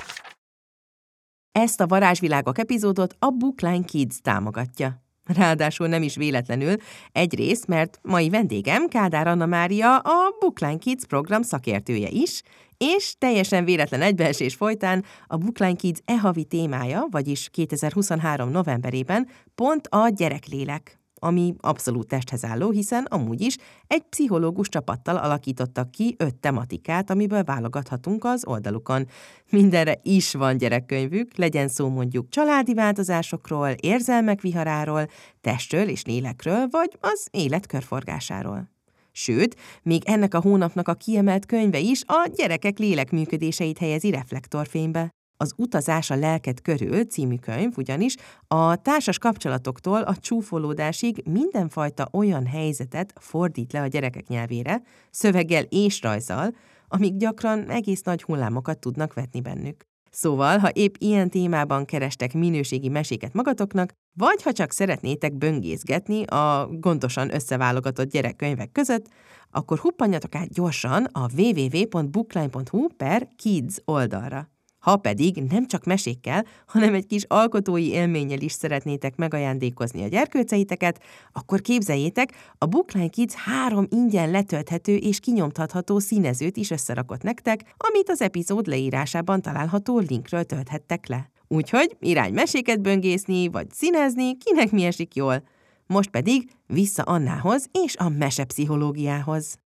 S1: Ezt a Varázsvilágok epizódot a Bookline Kids támogatja. Ráadásul nem is véletlenül, egyrészt, mert mai vendégem Kádár Anna Mária a Bookline Kids program szakértője is, és teljesen véletlen egybeesés folytán a Bookline Kids e-havi témája, vagyis 2023. novemberében pont a gyereklélek, ami abszolút testhez álló, hiszen amúgy is egy pszichológus csapattal alakítottak ki 5 tematikát, amiből válogathatunk az oldalukon. Mindenre is van gyerekkönyvük, legyen szó mondjuk családi változásokról, érzelmek viharáról, testről és lélekről, vagy az élet körforgásáról. Sőt, még ennek a hónapnak a kiemelt könyve is a gyerekek lélekműködéseit helyezi reflektorfénybe. Az Utazás a lelked körül című könyv ugyanis a társas kapcsolatoktól a csúfolódásig mindenfajta olyan helyzetet fordít le a gyerekek nyelvére, szöveggel és rajzzal, amik gyakran egész nagy hullámokat tudnak vetni bennük. Szóval, ha épp ilyen témában kerestek minőségi meséket magatoknak, vagy ha csak szeretnétek böngészgetni a gondosan összeválogatott gyerekkönyvek között, akkor huppanjatok át gyorsan a www.bookline.hu/kids oldalra. Ha pedig nem csak mesékkel, hanem egy kis alkotói élménnyel is szeretnétek megajándékozni a gyerkőceiteket, akkor képzeljétek, a Bookline Kids 3 ingyen letölthető és kinyomtatható színezőt is összerakott nektek, amit az epizód leírásában található linkről tölthettek le. Úgyhogy irány meséket böngészni vagy színezni, kinek mi esik jól. Most pedig vissza Annához és a mesepszichológiához.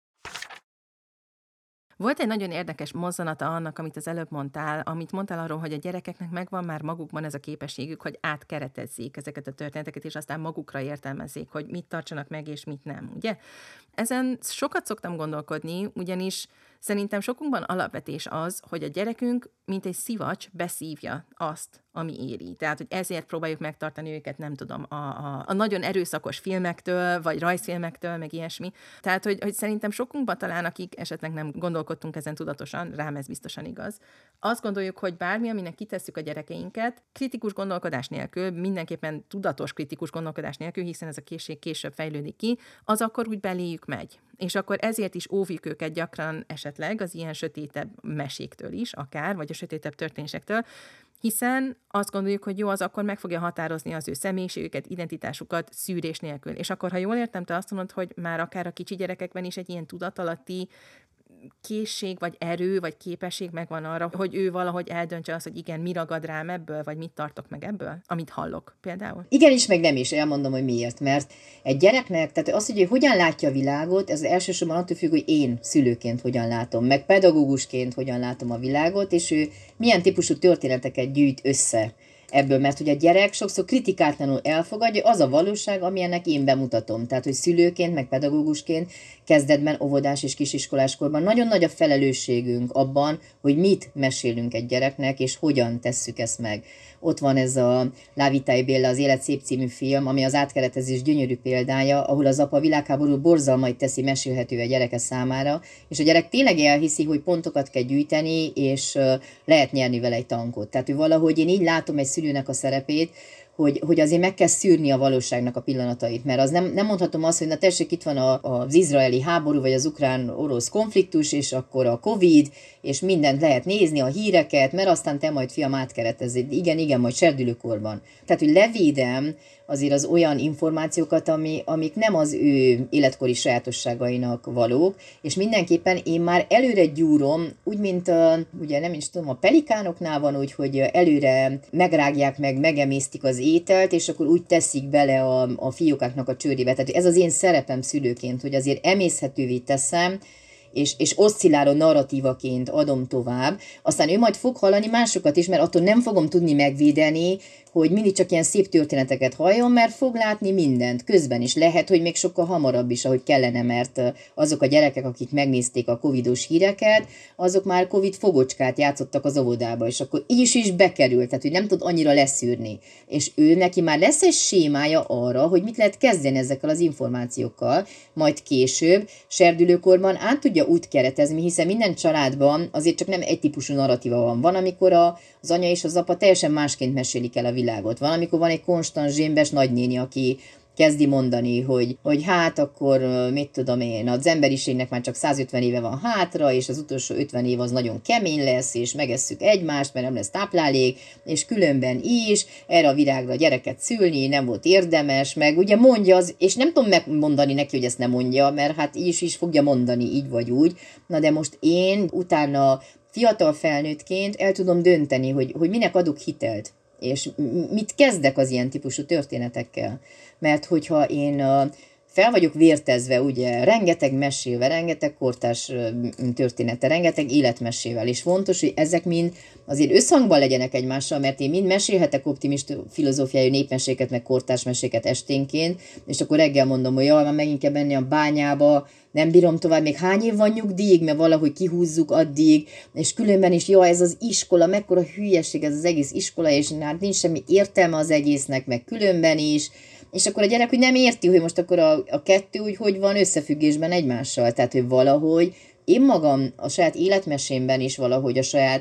S1: Volt egy nagyon érdekes mozzanata annak, amit az előbb mondtál, amit mondtál arról, hogy a gyerekeknek megvan már magukban ez a képességük, hogy átkeretezzék ezeket a történeteket, és aztán magukra értelmezzék, hogy mit tartsanak meg, és mit nem, ugye? Ezen sokat szoktam gondolkodni, ugyanis szerintem sokunkban alapvetés az, hogy a gyerekünk, mint egy szivacs, beszívja azt, ami éri. Tehát, hogy ezért próbáljuk megtartani őket, nem tudom, a nagyon erőszakos filmektől, vagy rajzfilmektől, meg ilyesmi. Tehát, hogy szerintem sokunkban talán, akik esetleg nem gondolkodtunk ezen tudatosan, rám ez biztosan igaz, azt gondoljuk, hogy bármi, aminek kitesszük a gyerekeinket, kritikus gondolkodás nélkül, mindenképpen tudatos kritikus gondolkodás nélkül, hiszen ez a készség később fejlődik ki, az akkor úgy beléjük megy. És akkor ezért is óvjuk őket gyakran esetleg az ilyen sötétebb meséktől is, akár, vagy a sötétebb történésektől, hiszen azt gondoljuk, hogy jó, az akkor meg fogja határozni az ő személyiségüket, identitásukat szűrés nélkül. És akkor, ha jól értem, te azt mondod, hogy már akár a kicsi gyerekekben is egy ilyen tudatalatti készség, vagy erő, vagy képesség megvan arra, hogy ő valahogy eldöntse azt, hogy igen, mi ragad rám ebből, vagy mit tartok meg ebből, amit hallok például.
S2: Igen is, meg nem is, elmondom, hogy miért. Mert egy gyereknek, tehát az, hogy hogyan látja a világot, ez elsősorban attól függ, hogy én szülőként hogyan látom, meg pedagógusként hogyan látom a világot, és ő milyen típusú történeteket gyűjt össze ebből, mert hogy a gyerek sokszor kritikátlanul elfogadja, az a valóság, amilyennek én bemutatom. Tehát, hogy szülőként, meg pedagógusként kezdetben, óvodás és kisiskoláskorban nagyon nagy a felelősségünk abban, hogy mit mesélünk egy gyereknek, és hogyan tesszük ezt meg. Ott van ez a Lávitai Béla, az Élet szép című film, ami az átkeretezés gyönyörű példája, ahol az apa világháború borzalmait teszi mesélhető a gyereke számára, és a gyerek tényleg elhiszi, hogy pontokat kell gyűjteni, és lehet nyerni vele egy tankot. Tehát, hogy valahogy én így látom egy szülőnek a szerepét, hogy azért meg kell szűrni a valóságnak a pillanatait, mert az nem mondhatom azt, hogy na tessék, itt van az izraeli háború, vagy az ukrán-orosz konfliktus, és akkor a Covid, és mindent lehet nézni, a híreket, mert aztán te majd fiam átkeretezed. Igen, majd serdülőkorban. Tehát, hogy levédem azért az olyan információkat, amik nem az ő életkori sajátosságainak valók, és mindenképpen én már előre gyúrom, úgy, mint ugye nem is tudom, a pelikánoknál van úgy, hogy előre megrágják meg, megemésztik az ételt, és akkor úgy teszik bele a fiókáknak a csőrébe. Tehát ez az én szerepem szülőként, hogy azért emészhetővé teszem, és oszcilláló narratívaként adom tovább, aztán ő majd fog hallani másokat is, mert attól nem fogom tudni megvédeni, hogy mindig csak ilyen szép történeteket halljon, mert fog látni mindent közben is. Lehet, hogy még sokkal hamarabb is, ahogy kellene, mert azok a gyerekek, akik megnézték a covidos híreket, azok már covid fogocskát játszottak az óvodába, és akkor így is bekerült, tehát hogy nem tud annyira leszűrni. És ő neki már lesz egy sémája arra, hogy mit lehet kezdeni ezekkel az információkkal, majd később, serdülőkorban át tudja úgy keretezni, hiszen minden családban azért csak nem egy típusú narratíva van. Van, amikor az anya és az apa teljesen másként mesélik el a világot. Van, amikor van egy konstant zsémbes nagynéni, aki kezdi mondani, hogy hát akkor, mit tudom én, az emberiségnek már csak 150 éve van hátra, és az utolsó 50 év az nagyon kemény lesz, és megesszük egymást, mert nem lesz táplálék, és különben is, erre a virágra gyereket szülni nem volt érdemes, meg ugye mondja az, és nem tudom megmondani neki, hogy ezt nem mondja, mert hát így is fogja mondani, így vagy úgy. Na de most én utána fiatal felnőttként el tudom dönteni, hogy minek adok hitelt, és mit kezdek az ilyen típusú történetekkel. Mert hogyha én fel vagyok vértezve, ugye, rengeteg mesével, rengeteg kortárs története, rengeteg életmesével, és fontos, hogy ezek mind azért összhangban legyenek egymással, mert én mind mesélhetek optimista filozófiájú népmeséket, meg kortárs meséket esténként, és akkor reggel mondom, hogy jaj, már megint kell menni a bányába, nem bírom tovább, még hány év van nyugdíjig, mert valahogy kihúzzuk addig, és különben is, jaj, ez az iskola, mekkora hülyeség ez az egész iskola, és hát nincs semmi értelme az egésznek, meg különben is, és akkor a gyerek úgy nem érti, hogy most akkor a kettő úgy hogy van összefüggésben egymással. Tehát, hogy valahogy én magam a saját életmesémben is valahogy a saját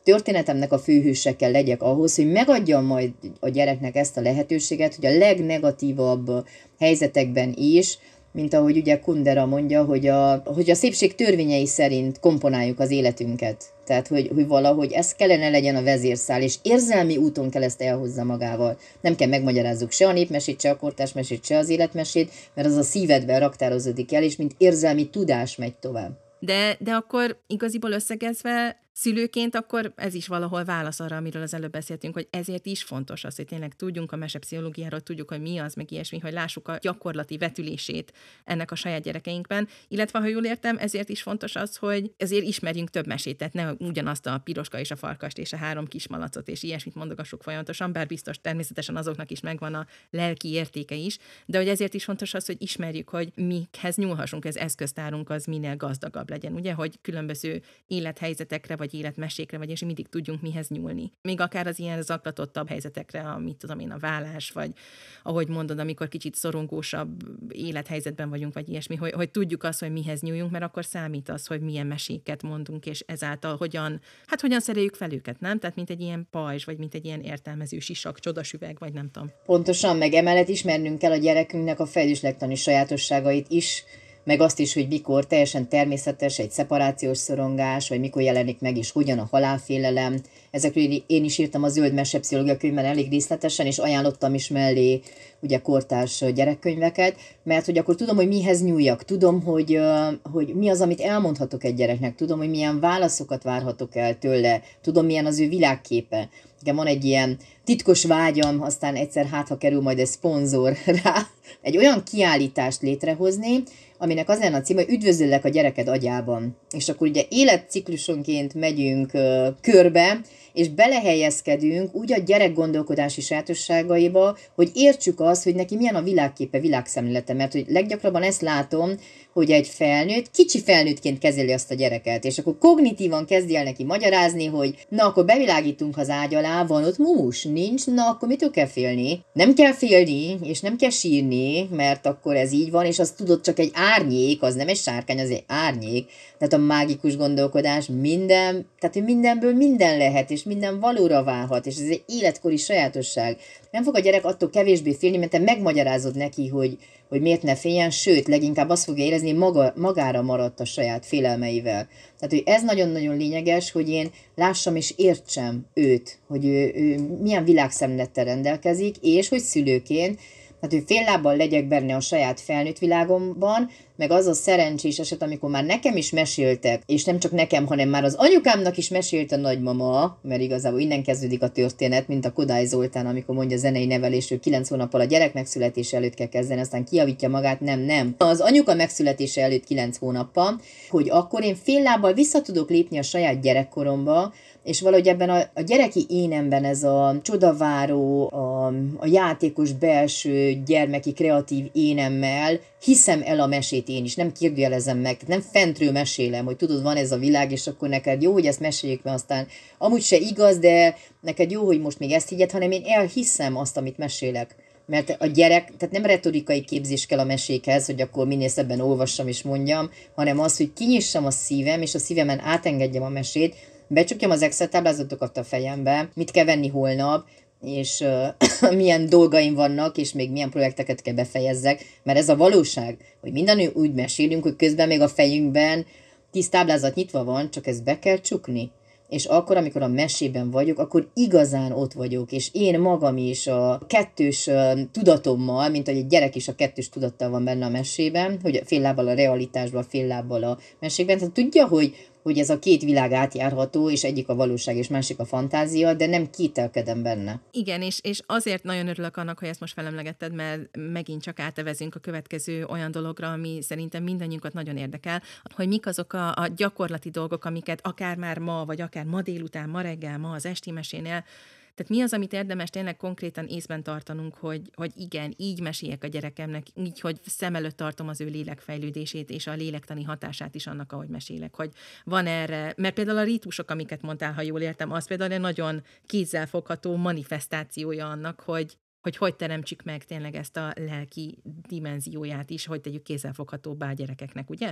S2: történetemnek a főhőse kell legyek ahhoz, hogy megadjam majd a gyereknek ezt a lehetőséget, hogy a legnegatívabb helyzetekben is, mint ahogy ugye Kundera mondja, hogy a szépség törvényei szerint komponáljuk az életünket. Tehát, hogy valahogy ez kellene legyen a vezérszál, és érzelmi úton kell ezt elhozza magával. Nem kell megmagyarázzuk se a népmesét, se a kortársmesét, se az életmesét, mert az a szívedben raktározódik el, és mint érzelmi tudás megy tovább.
S3: De akkor igaziból összegezve szülőként akkor ez is valahol válasz arra, amiről az előbb beszéltünk, hogy ezért is fontos az, hogy tényleg tudjunk a mesepszichológiáról, tudjuk, hogy mi az, meg ilyesmi, hogy lássuk a gyakorlati vetülését ennek a saját gyerekeinkben. Illetve, ha jól értem, ezért is fontos az, hogy ezért ismerjünk több mesét, tehát ne ugyanazt a piroska és a farkast és a 3 kismalacot és ilyesmit mondogassuk folyamatosan, bár biztos természetesen azoknak is megvan a lelki értéke is, de hogy ezért is fontos az, hogy ismerjük, hogy mikhez nyúlhassunk, ez eszköztárunk az minél gazdagabb legyen, ugye, hogy különböző élethelyzetekre vagy életmesékre, vagy és mindig tudjunk mihez nyúlni. Még akár az ilyen zaklatottabb helyzetekre, amit tudom én, a vállás, vagy ahogy mondod, amikor kicsit szorongósabb élethelyzetben vagyunk, vagy ilyesmi, hogy tudjuk azt, hogy mihez nyúljunk, mert akkor számít az, hogy milyen meséket mondunk, és ezáltal hogyan szereljük fel őket, nem? Tehát mint egy ilyen pajzs, vagy mint egy ilyen értelmező sisak, csodasüveg, vagy nem tudom.
S2: Pontosan, meg emellett ismernünk kell a gyerekünknek a fejlődéstani sajátosságait is, meg azt is, hogy mikor teljesen természetes egy szeparációs szorongás, vagy mikor jelenik meg, és hogyan a halálfélelem. Ezekről én is írtam a Zöld Mesepszichológia könyvben elég részletesen, és ajánlottam is mellé ugye kortárs gyerekkönyveket, mert hogy akkor tudom, hogy mihez nyúljak, tudom, hogy mi az, amit elmondhatok egy gyereknek, tudom, hogy milyen válaszokat várhatok el tőle, tudom, milyen az ő világképe. Igen, van egy ilyen titkos vágyam, aztán egyszer ha kerül majd egy szponzor rá, egy olyan kiállítást létrehozni, aminek az lenne a címe, hogy üdvözöllek a gyereked agyában. És akkor ugye életciklusonként megyünk körbe, és belehelyezkedünk úgy a gyerek gondolkodási sajátosságaiba, hogy értsük azt, hogy neki milyen a világképe, világszemlélete. Mert hogy leggyakrabban ezt látom, hogy egy felnőtt, kicsi felnőttként kezeli azt a gyereket, és akkor kognitívan kezdi el neki magyarázni, hogy na, akkor bevilágítunk az ágy alá, van ott mumus, nincs, na, akkor mitől kell félni? Nem kell félni, és nem kell sírni, mert akkor ez így van, és azt tudod, csak egy árnyék, az nem egy sárkány, az egy árnyék. Tehát a mágikus gondolkodás tehát hogy mindenből minden lehet, és minden valóra válhat, és ez egy életkori sajátosság. Nem fog a gyerek attól kevésbé félni, mert te megmagyarázod neki, hogy miért ne féljen, sőt, leginkább azt fogja érezni, hogy magára maradt a saját félelmeivel. Tehát, hogy ez nagyon-nagyon lényeges, hogy én lássam és értsem őt, hogy ő milyen világszemlettel rendelkezik, és hogy szülőként, tehát, hogy fél lábbal legyek benne a saját felnőtt világomban, meg az a szerencsés eset, amikor már nekem is meséltek, és nem csak nekem, hanem már az anyukámnak is mesélt a nagymama, mert igazából innen kezdődik a történet, mint a Kodály Zoltán, amikor mondja zenei nevelésről 9 hónappal a gyerek megszületése előtt kell kezdeni, aztán kijavítja magát, nem. Az anyuka megszületése előtt 9 hónappal, hogy akkor én fél lábbal vissza tudok lépni a saját gyerekkoromba, és valahogy ebben a gyereki énemben ez a csodaváró, a játékos belső gyermeki kreatív énemmel hiszem el a mesét én is, nem kérdőjelezem meg, nem fentről mesélem, hogy tudod, van ez a világ, és akkor neked jó, hogy ezt meséljük, mert aztán amúgy se igaz, de neked jó, hogy most még ezt higgyed, hanem én elhiszem azt, amit mesélek. Mert a gyerek, tehát nem retorikai képzés kell a mesékhez, hogy akkor minél szebben olvassam és mondjam, hanem az, hogy kinyissam a szívem, és a szívemen átengedjem a mesét, becsukjam az Excel táblázatokat a fejembe, mit kell venni holnap, és milyen dolgaim vannak, és még milyen projekteket kell befejezzek, mert ez a valóság, hogy minden úgy mesélünk, hogy közben még a fejünkben 10 táblázat nyitva van, csak ezt be kell csukni. És akkor, amikor a mesében vagyok, akkor igazán ott vagyok, és én magam is a kettős tudatommal, mint hogy egy gyerek is a kettős tudattal van benne a mesében, hogy fél lábbal a realitásban, fél lábbal a mesében, tehát tudja, hogy ez a két világ átjárható, és egyik a valóság, és másik a fantázia, de nem kételkedem benne.
S3: Igen, és azért nagyon örülök annak, hogy ezt most felemlegetted, mert megint csak átevezünk a következő olyan dologra, ami szerintem mindannyiunkat nagyon érdekel, hogy mik azok a gyakorlati dolgok, amiket akár már ma, vagy akár ma délután, ma reggel, ma az esti mesénél, tehát mi az, amit érdemes tényleg konkrétan észben tartanunk, hogy igen, így meséljek a gyerekemnek, így, hogy szem előtt tartom az ő lélekfejlődését és a lélektani hatását is annak, ahogy mesélek, hogy van erre, mert például a rítusok, amiket mondtál, ha jól értem, az például egy nagyon kézzelfogható manifestációja annak, hogy teremtsük meg tényleg ezt a lelki dimenzióját is, hogy tegyük kézzelfoghatóbbá a gyerekeknek, ugye?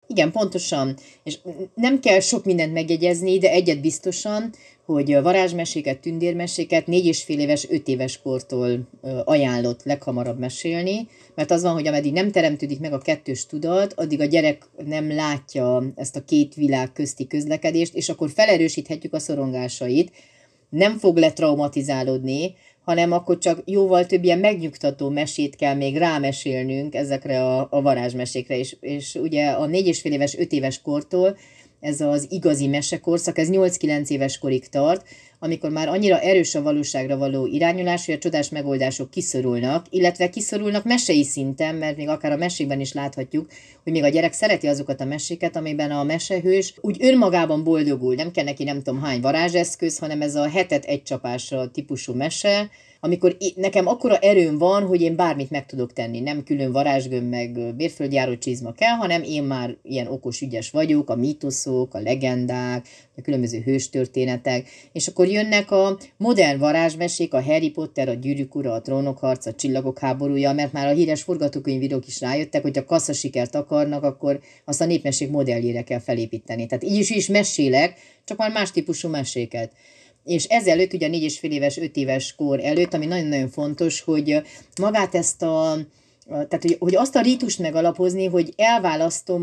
S2: Igen, pontosan. És nem kell sok mindent megjegyezni, de egyet biztosan, hogy varázsmeséket, tündérmeséket 4,5 éves, 5 éves kortól ajánlott leghamarabb mesélni, mert az van, hogy ameddig nem teremtődik meg a kettős tudat, addig a gyerek nem látja ezt a két világ közti közlekedést, és akkor felerősíthetjük a szorongásait, nem fog letraumatizálódni, hanem akkor csak jóval több ilyen megnyugtató mesét kell még rámesélnünk ezekre a varázsmesékre. És ugye a 4,5 éves, 5 éves kortól ez az igazi mesekorszak, ez 8-9 éves korig tart, amikor már annyira erős a valóságra való irányulás, hogy a csodás megoldások kiszorulnak, illetve kiszorulnak mesei szinten, mert még akár a mesében is láthatjuk, hogy még a gyerek szereti azokat a meséket, amiben a mesehős úgy önmagában boldogul, nem kell neki nem tudom hány varázseszköz, hanem ez a hetet egy csapásra típusú mese, amikor nekem akkora erőm van, hogy én bármit meg tudok tenni, nem külön varázsgömb meg bérföldjáró csizma kell, hanem én már ilyen okos, ügyes vagyok, a mítoszok, a legendák, a különböző hőstörténetek, és akkor jönnek a modern varázsmesék, a Harry Potter, a Gyűrűk ura, a Trónok harca, a Csillagok háborúja, mert már a híres forgatókönyvírók is rájöttek, hogy ha kasszasikert akarnak, akkor azt a népmesék modelljére kell felépíteni. Tehát így is mesélek, csak már más típusú meséket. És ezelőtt, ugye a 4,5 éves, 5 éves kor előtt, ami nagyon-nagyon fontos, hogy magát ezt tehát, hogy azt a rítust megalapozni, hogy elválasztom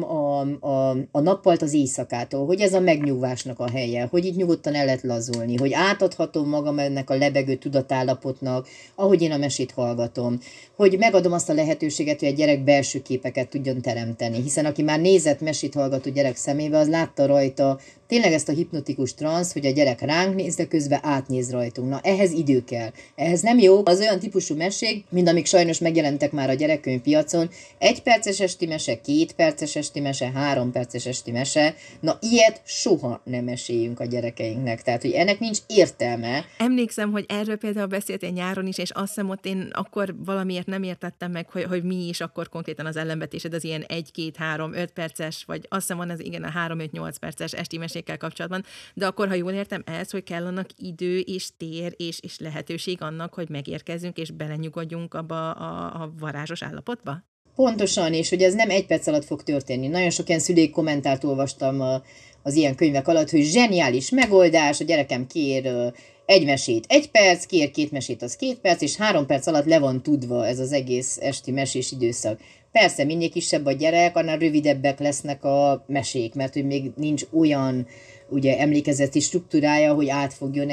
S2: a nappalt az éjszakától, hogy ez a megnyugvásnak a helye, hogy itt nyugodtan el lehet lazulni, hogy átadhatom magam ennek a lebegő tudatállapotnak, ahogy én a mesét hallgatom, hogy megadom azt a lehetőséget, hogy a gyerek belső képeket tudjon teremteni, hiszen aki már nézett mesét hallgató gyerek szemébe, az látta rajta tényleg ezt a hipnotikus transz, hogy a gyerek ránk néz, de közben átnéz rajtunk. Na, ehhez idő kell. Ehhez nem jó az olyan típusú mesék, mint amik sajnos megjelentek már a gyerekkönyvpiacon. 1 perces esti mese, 2 perces esti mese, 3 perces esti mese. Na, ilyet soha nem meséljünk a gyerekeinknek. Tehát, hogy ennek nincs értelme.
S3: Emlékszem, hogy erről például beszéltél nyáron is, és azt hiszem, ott én akkor valamiért nem értettem meg, hogy mi is akkor konkrétan az ellenvetésed az ilyen 1, 2, 3, 5 perces, vagy azt hiszem van ez igen a 3, 5, 8 perces esti mesékkel kapcsolatban, de akkor, ha jól értem, ez, hogy kell annak idő és tér és lehetőség annak, hogy megérkezzünk és belenyugodjunk abba a varázsos állapotba?
S2: Pontosan, és hogy ez nem 1 perc alatt fog történni. Nagyon sok ilyen szülői kommentárt olvastam az ilyen könyvek alatt, hogy zseniális megoldás, a gyerekem kér 1 mesét 1 perc, kér 2 mesét az 2 perc, és 3 perc alatt le van tudva ez az egész esti mesés időszak. Persze, minél kisebb a gyerek, annál rövidebbek lesznek a mesék, mert hogy még nincs olyan ugye, emlékezeti struktúrája, hogy átfogjon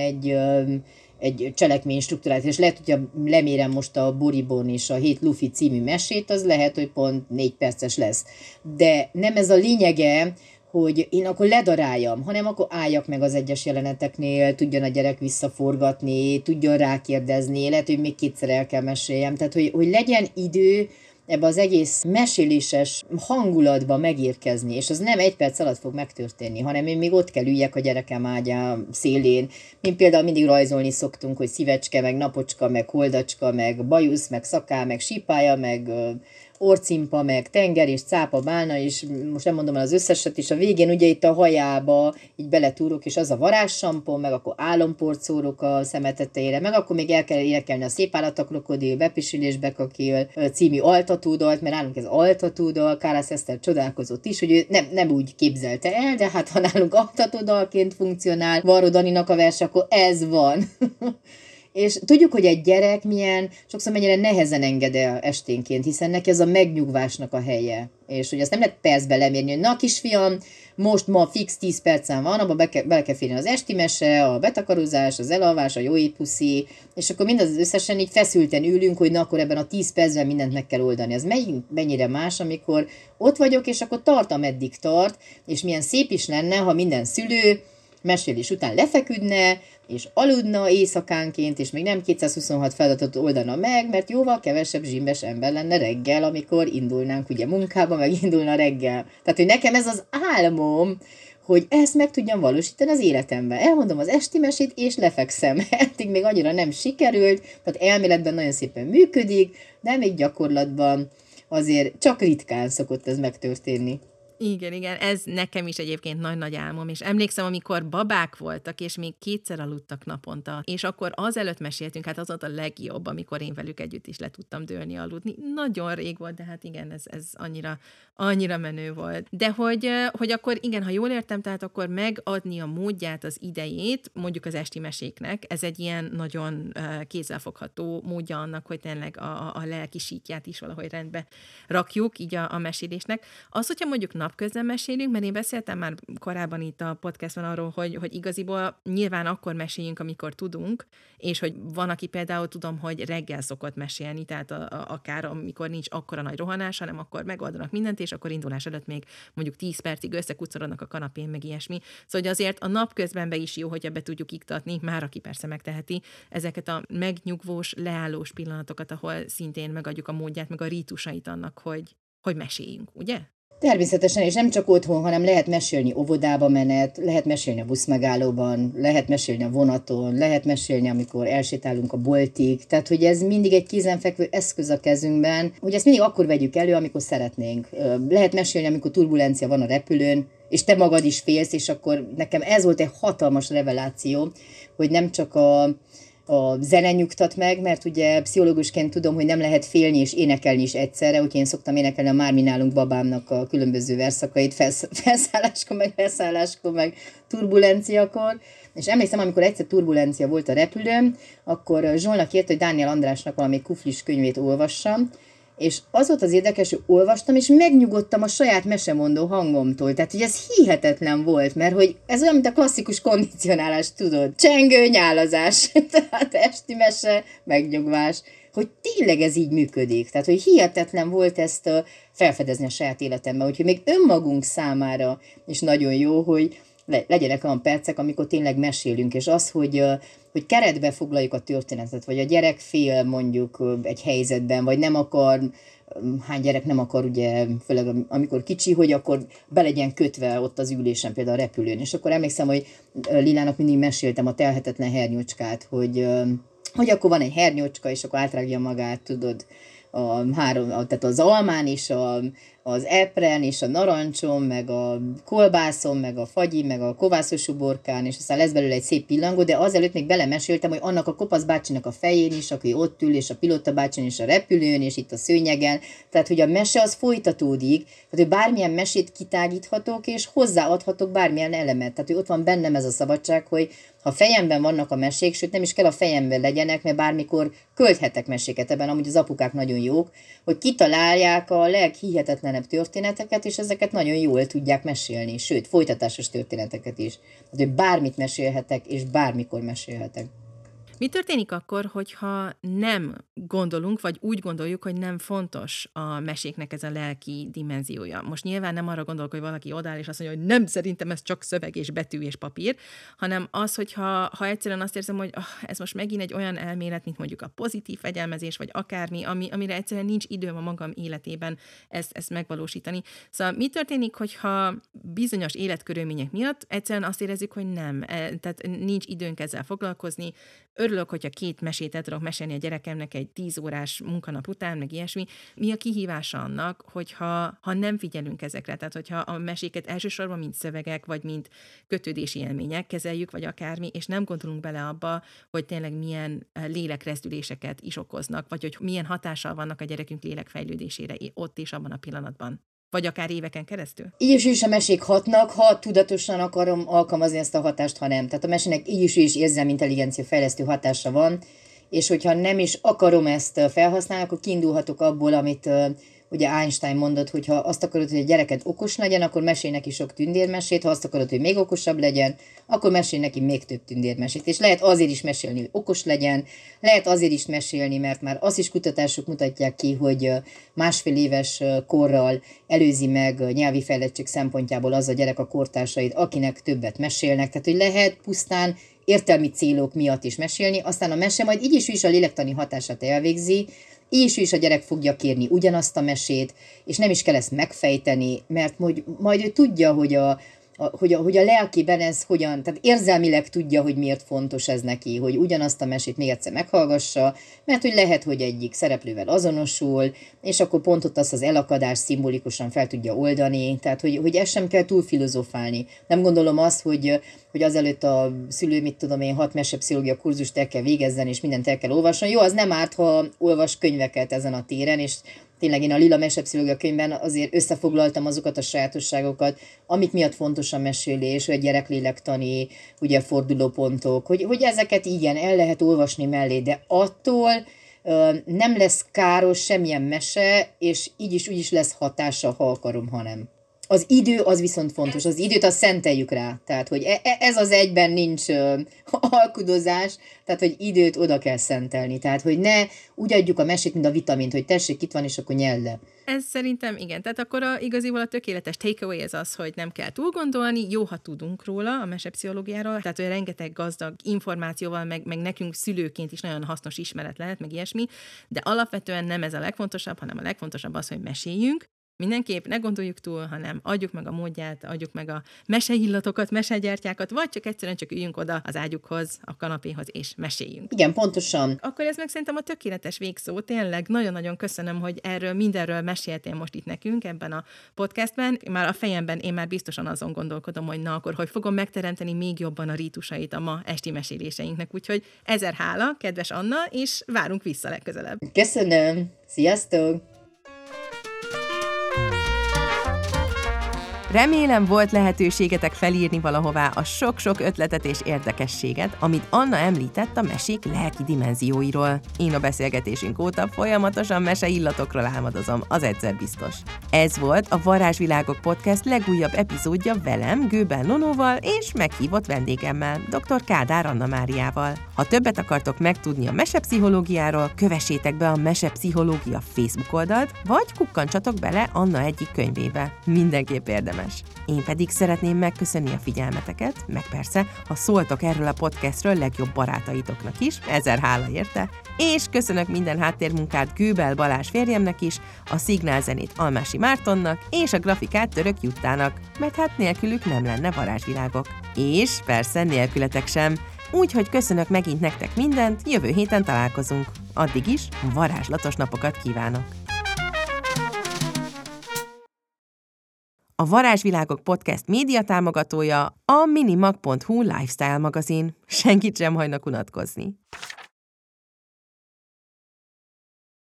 S2: egy cselekmény struktúrát, és lehet, hogyha lemérem most a Boribon és a 7 Luffy című mesét, az lehet, hogy pont 4 perces lesz. De nem ez a lényege, hogy én akkor ledaráljam, hanem akkor álljak meg az egyes jeleneteknél, tudjon a gyerek visszaforgatni, tudjon rákérdezni, lehet, hogy még 2-szer el kell meséljem. Tehát, hogy legyen idő ebbe az egész meséléses hangulatba megérkezni, és az nem 1 perc alatt fog megtörténni, hanem én még ott kell üljek a gyerekem ágyá szélén. Mi például mindig rajzolni szoktunk, hogy szívecske, meg napocska, meg holdacska, meg bajusz, meg szaká, meg sípája, meg orcimpa, meg tenger és cápa, bálna, és most nem mondom el az összeset, és a végén ugye itt a hajába így beletúrok, és az a varázssampon, meg akkor álomport szórok a szeme tetejére, meg akkor még el kell énekelni a Szép állat a krokodil, Bepisilésbe kakil című altatódalt, mert nálunk ez altatódal, Kárász Eszter csodálkozott is, hogy ő nem úgy képzelte el, de hát ha nálunk altatódalként funkcionál, Varró Daninak a vers, akkor ez van. És tudjuk, hogy egy gyerek sokszor mennyire nehezen enged el esténként, hiszen neki ez a megnyugvásnak a helye. És hogy azt nem lehet percbe lemérni, hogy na kisfiam, most ma fix 10 percen van, abba bele kell férni az esti mese, a betakarozás, az elalvás, a jó étpuszi, és akkor mindaz összesen így feszülten ülünk, hogy na akkor ebben a 10 percben mindent meg kell oldani. Ez mennyire más, amikor ott vagyok, és akkor tart, ameddig tart, és milyen szép is lenne, ha minden szülő mesélés után lefeküdne, és aludna éjszakánként, és még nem 226 feladatot oldana meg, mert jóval kevesebb zsimbes ember lenne reggel, amikor indulnánk ugye munkába, meg indulna reggel. Tehát, hogy nekem ez az álmom, hogy ezt meg tudjam valósítani az életemben. Elmondom az esti mesét, és lefekszem. Eddig még annyira nem sikerült, tehát elméletben nagyon szépen működik, de még gyakorlatban azért csak ritkán szokott ez megtörténni.
S3: Igen, ez nekem is egyébként nagy-nagy álmom, és emlékszem, amikor babák voltak, és még 2-szer aludtak naponta, és akkor azelőtt meséltünk, hát az volt a legjobb, amikor én velük együtt is le tudtam dőlni, aludni. Nagyon rég volt, de hát igen, ez annyira menő volt. De hogy akkor igen, ha jól értem, tehát akkor megadni a módját, az idejét, mondjuk az esti meséknek, ez egy ilyen nagyon kézzelfogható módja annak, hogy tényleg a lelki síkját is valahogy rendbe rakjuk, így a mesélésnek. Az, hogyha mondjuk napközben mesélünk, mert én beszéltem már korábban itt a podcastban arról, hogy igaziból nyilván akkor meséljünk, amikor tudunk, és hogy van, aki például tudom, hogy reggel szokott mesélni, tehát akár amikor nincs akkora nagy rohanás, hanem akkor megoldanak mindent, és akkor indulás előtt még mondjuk 10 percig összekucorodnak a kanapén, meg ilyesmi. Szóval hogy azért a napközben be is jó, hogyha be tudjuk iktatni, már aki persze megteheti, ezeket a megnyugvós, leállós pillanatokat, ahol szintén megadjuk a módját, meg a rítusait annak, hogy meséljünk, ugye?
S2: Természetesen, és nem csak otthon, hanem lehet mesélni óvodába menet, lehet mesélni a buszmegállóban, lehet mesélni a vonaton, lehet mesélni, amikor elsétálunk a boltig. Tehát, hogy ez mindig egy kézenfekvő eszköz a kezünkben, hogy ezt mindig akkor vegyük elő, amikor szeretnénk. Lehet mesélni, amikor turbulencia van a repülőn, és te magad is félsz, és akkor nekem ez volt egy hatalmas reveláció, hogy nem csak a zene nyugtat meg, mert ugye pszichológusként tudom, hogy nem lehet félni és énekelni is egyszerre, úgyhogy én szoktam énekelni a Már mi nálunk babámnak a különböző verszakait, felszálláskor, meg turbulenciakor. És emlékszem, amikor egyszer turbulencia volt a repülőn, akkor Zsolnak írt, hogy Dániel Andrásnak valami kuflis könyvét olvassam, és az volt az érdekes, hogy olvastam, és megnyugodtam a saját mesemondó hangomtól. Tehát, hogy ez hihetetlen volt, mert hogy ez olyan, mint a klasszikus kondicionálás, tudod. Csengő, nyálazás, tehát esti mese, megnyugvás, hogy tényleg ez így működik. Tehát, hogy hihetetlen volt ezt felfedezni a saját életemben, úgyhogy még önmagunk számára is nagyon jó, hogy legyenek olyan percek, amikor tényleg mesélünk, és az, hogy keretbe foglaljuk a történetet, vagy a gyerek fél mondjuk egy helyzetben, vagy nem akar, hány gyerek nem akar, ugye, főleg amikor kicsi, hogy akkor be legyen kötve ott az ülésen, például a repülőn. És akkor emlékszem, hogy Lilának mindig meséltem a telhetetlen hernyócskát, hogy akkor van egy hernyócska, és akkor átrágja magát, tudod, tehát az almán és az epren, és a narancson, meg a kolbászon, meg a fagyi, meg a kovászos uborkán, és aztán lesz belőle egy szép pillangó, de azelőtt még belemeséltem, hogy annak a kopasz bácsinak a fején is, aki ott ül, és a pilóta bácsin is a repülőn, és itt a szőnyegen, tehát hogy a mese az folytatódik, tehát hogy bármilyen mesét kitágíthatok, és hozzáadhatok bármilyen elemet, tehát hogy ott van bennem ez a szabadság, hogy ha fejemben vannak a mesék, sőt nem is kell a fejemben legyenek, mert bármikor költhetek meséket, ebben amúgy az apukák nagyon jók, hogy kitalálják a leghihetetlenebb történeteket, és ezeket nagyon jól tudják mesélni, sőt, folytatásos történeteket is. Tehát, hogy bármit mesélhetek, és bármikor mesélhetek.
S3: Mi történik akkor, hogyha nem gondolunk, vagy úgy gondoljuk, hogy nem fontos a meséknek ez a lelki dimenziója? Most nyilván nem arra gondolok, hogy valaki odáll, és azt mondja, hogy nem, szerintem ez csak szöveg és betű és papír, hanem az, hogyha egyszerűen azt érzem, hogy ez most megint egy olyan elmélet, mint mondjuk a pozitív fegyelmezés, vagy akármi, amire egyszerűen nincs időm a magam életében ezt megvalósítani. Szóval mi történik, hogyha bizonyos életkörülmények miatt egyszerűen azt érezzük, hogy nem, tehát nincs időnk ezzel foglalkozni. Örülök, hogyha 2 mesét el tudok mesélni a gyerekemnek egy 10 órás munkanap után, meg ilyesmi. Mi a kihívása annak, hogyha nem figyelünk ezekre? Tehát, hogyha a meséket elsősorban mint szövegek, vagy mint kötődési élmények kezeljük, vagy akármi, és nem gondolunk bele abba, hogy tényleg milyen lélekrezdüléseket is okoznak, vagy hogy milyen hatással vannak a gyerekünk lélekfejlődésére ott és abban a pillanatban. Vagy akár éveken keresztül?
S2: Így is a mesék hatnak, ha tudatosan akarom alkalmazni ezt a hatást, ha nem. Tehát a mesének így is érzelmi intelligencia fejlesztő hatása van, és hogyha nem is akarom ezt felhasználni, akkor kiindulhatok abból, amit ugye Einstein mondott, hogy ha azt akarod, hogy a gyereket okos legyen, akkor mesélj neki sok tündérmesét, ha azt akarod, hogy még okosabb legyen, akkor mesélj neki még több tündérmesét. És lehet azért is mesélni, hogy okos legyen, lehet azért is mesélni, mert már azt is kutatások mutatják ki, hogy 1,5 éves korral előzi meg nyelvi fejlettség szempontjából az a gyerek a kortársait, akinek többet mesélnek. Tehát, hogy lehet pusztán értelmi célok miatt is mesélni, aztán a mese majd így is a lélektani hatását elvégzi, így is a gyerek fogja kérni ugyanazt a mesét, és nem is kell ezt megfejteni, mert majd ő tudja, hogy a hogy a lelkében ez hogyan, tehát érzelmileg tudja, hogy miért fontos ez neki, hogy ugyanazt a mesét még egyszer meghallgassa, mert hogy lehet, hogy egyik szereplővel azonosul, és akkor pont ott azt az elakadást szimbolikusan fel tudja oldani, tehát hogy ezt sem kell túl filozofálni. Nem gondolom azt, hogy azelőtt a szülő, 6 mesepszichológia kurzust el kell végezzen, és mindent el kell olvasni. Jó, az nem árt, ha olvas könyveket ezen a téren, és tényleg én a Lila mesepszichológia könyvben azért összefoglaltam azokat a sajátosságokat, amik miatt fontos a mesélés, hogy a gyereklélektani, ugye fordulópontok, hogy ezeket igen, el lehet olvasni mellé, de attól nem lesz káros semmilyen mese, és így is úgy is lesz hatása, ha akarom, ha nem. Az idő az viszont fontos, az időt azt szenteljük rá, tehát hogy ez az egyben nincs alkudozás, tehát hogy időt oda kell szentelni, tehát hogy ne úgy adjuk a mesét, mint a vitamint, hogy tessék, itt van, és akkor nyeld le.
S3: Ez szerintem igen, tehát akkor igaziból a tökéletes takeaway ez az, hogy nem kell túl gondolni, jó, ha tudunk róla, a mesepszichológiáról, tehát hogy rengeteg gazdag információval, meg nekünk szülőként is nagyon hasznos ismeret lehet, meg ilyesmi, de alapvetően nem ez a legfontosabb, hanem a legfontosabb az, hogy meséljünk. Mindenképp ne gondoljuk túl, hanem adjuk meg a módját, adjuk meg a meseillatokat, mesegyertyákat, vagy csak egyszerűen csak üljünk oda az ágyukhoz, a kanapéhoz, és meséljünk.
S2: Igen, pontosan.
S3: Akkor ez meg szerintem a tökéletes végszó. Tényleg nagyon-nagyon köszönöm, hogy mindenről meséltél most itt nekünk ebben a podcastben. Már a fejemben én már biztosan azon gondolkodom, hogy na akkor, hogy fogom megteremteni még jobban a rítusait a ma esti meséléseinknek. Úgyhogy 1000 hála, kedves Anna, és várunk vissza legközelebb.
S2: Köszönöm! Sziasztok!
S1: Remélem volt lehetőségetek felírni valahová a sok-sok ötletet és érdekességet, amit Anna említett a mesék lelki dimenzióiról. Én a beszélgetésünk óta folyamatosan meseillatokról álmodozom, az egyszer biztos. Ez volt a Varázsvilágok Podcast legújabb epizódja velem, Gőbel Nonóval és meghívott vendégemmel, dr. Kádár Anna Máriával. Ha többet akartok megtudni a mesepszichológiáról, kövessétek be a Mesepszichológia Facebook oldalt, vagy kukkantsatok bele Anna egyik könyvébe. Mindenképp érdemes. Én pedig szeretném megköszönni a figyelmeteket, meg persze, ha szóltok erről a podcastről legjobb barátaitoknak is, 1000 hála érte, és köszönök minden háttérmunkát Gőbel Balázs férjemnek is, a szignálzenét Almási Mártonnak, és a grafikát Török Juttának, mert hát nélkülük nem lenne Varázsvilágok. És persze nélkületek sem. Úgyhogy köszönök megint nektek mindent, jövő héten találkozunk. Addig is varázslatos napokat kívánok! A Varázsvilágok Podcast média támogatója a minimag.hu lifestyle magazin. Senkit sem hagynak unatkozni.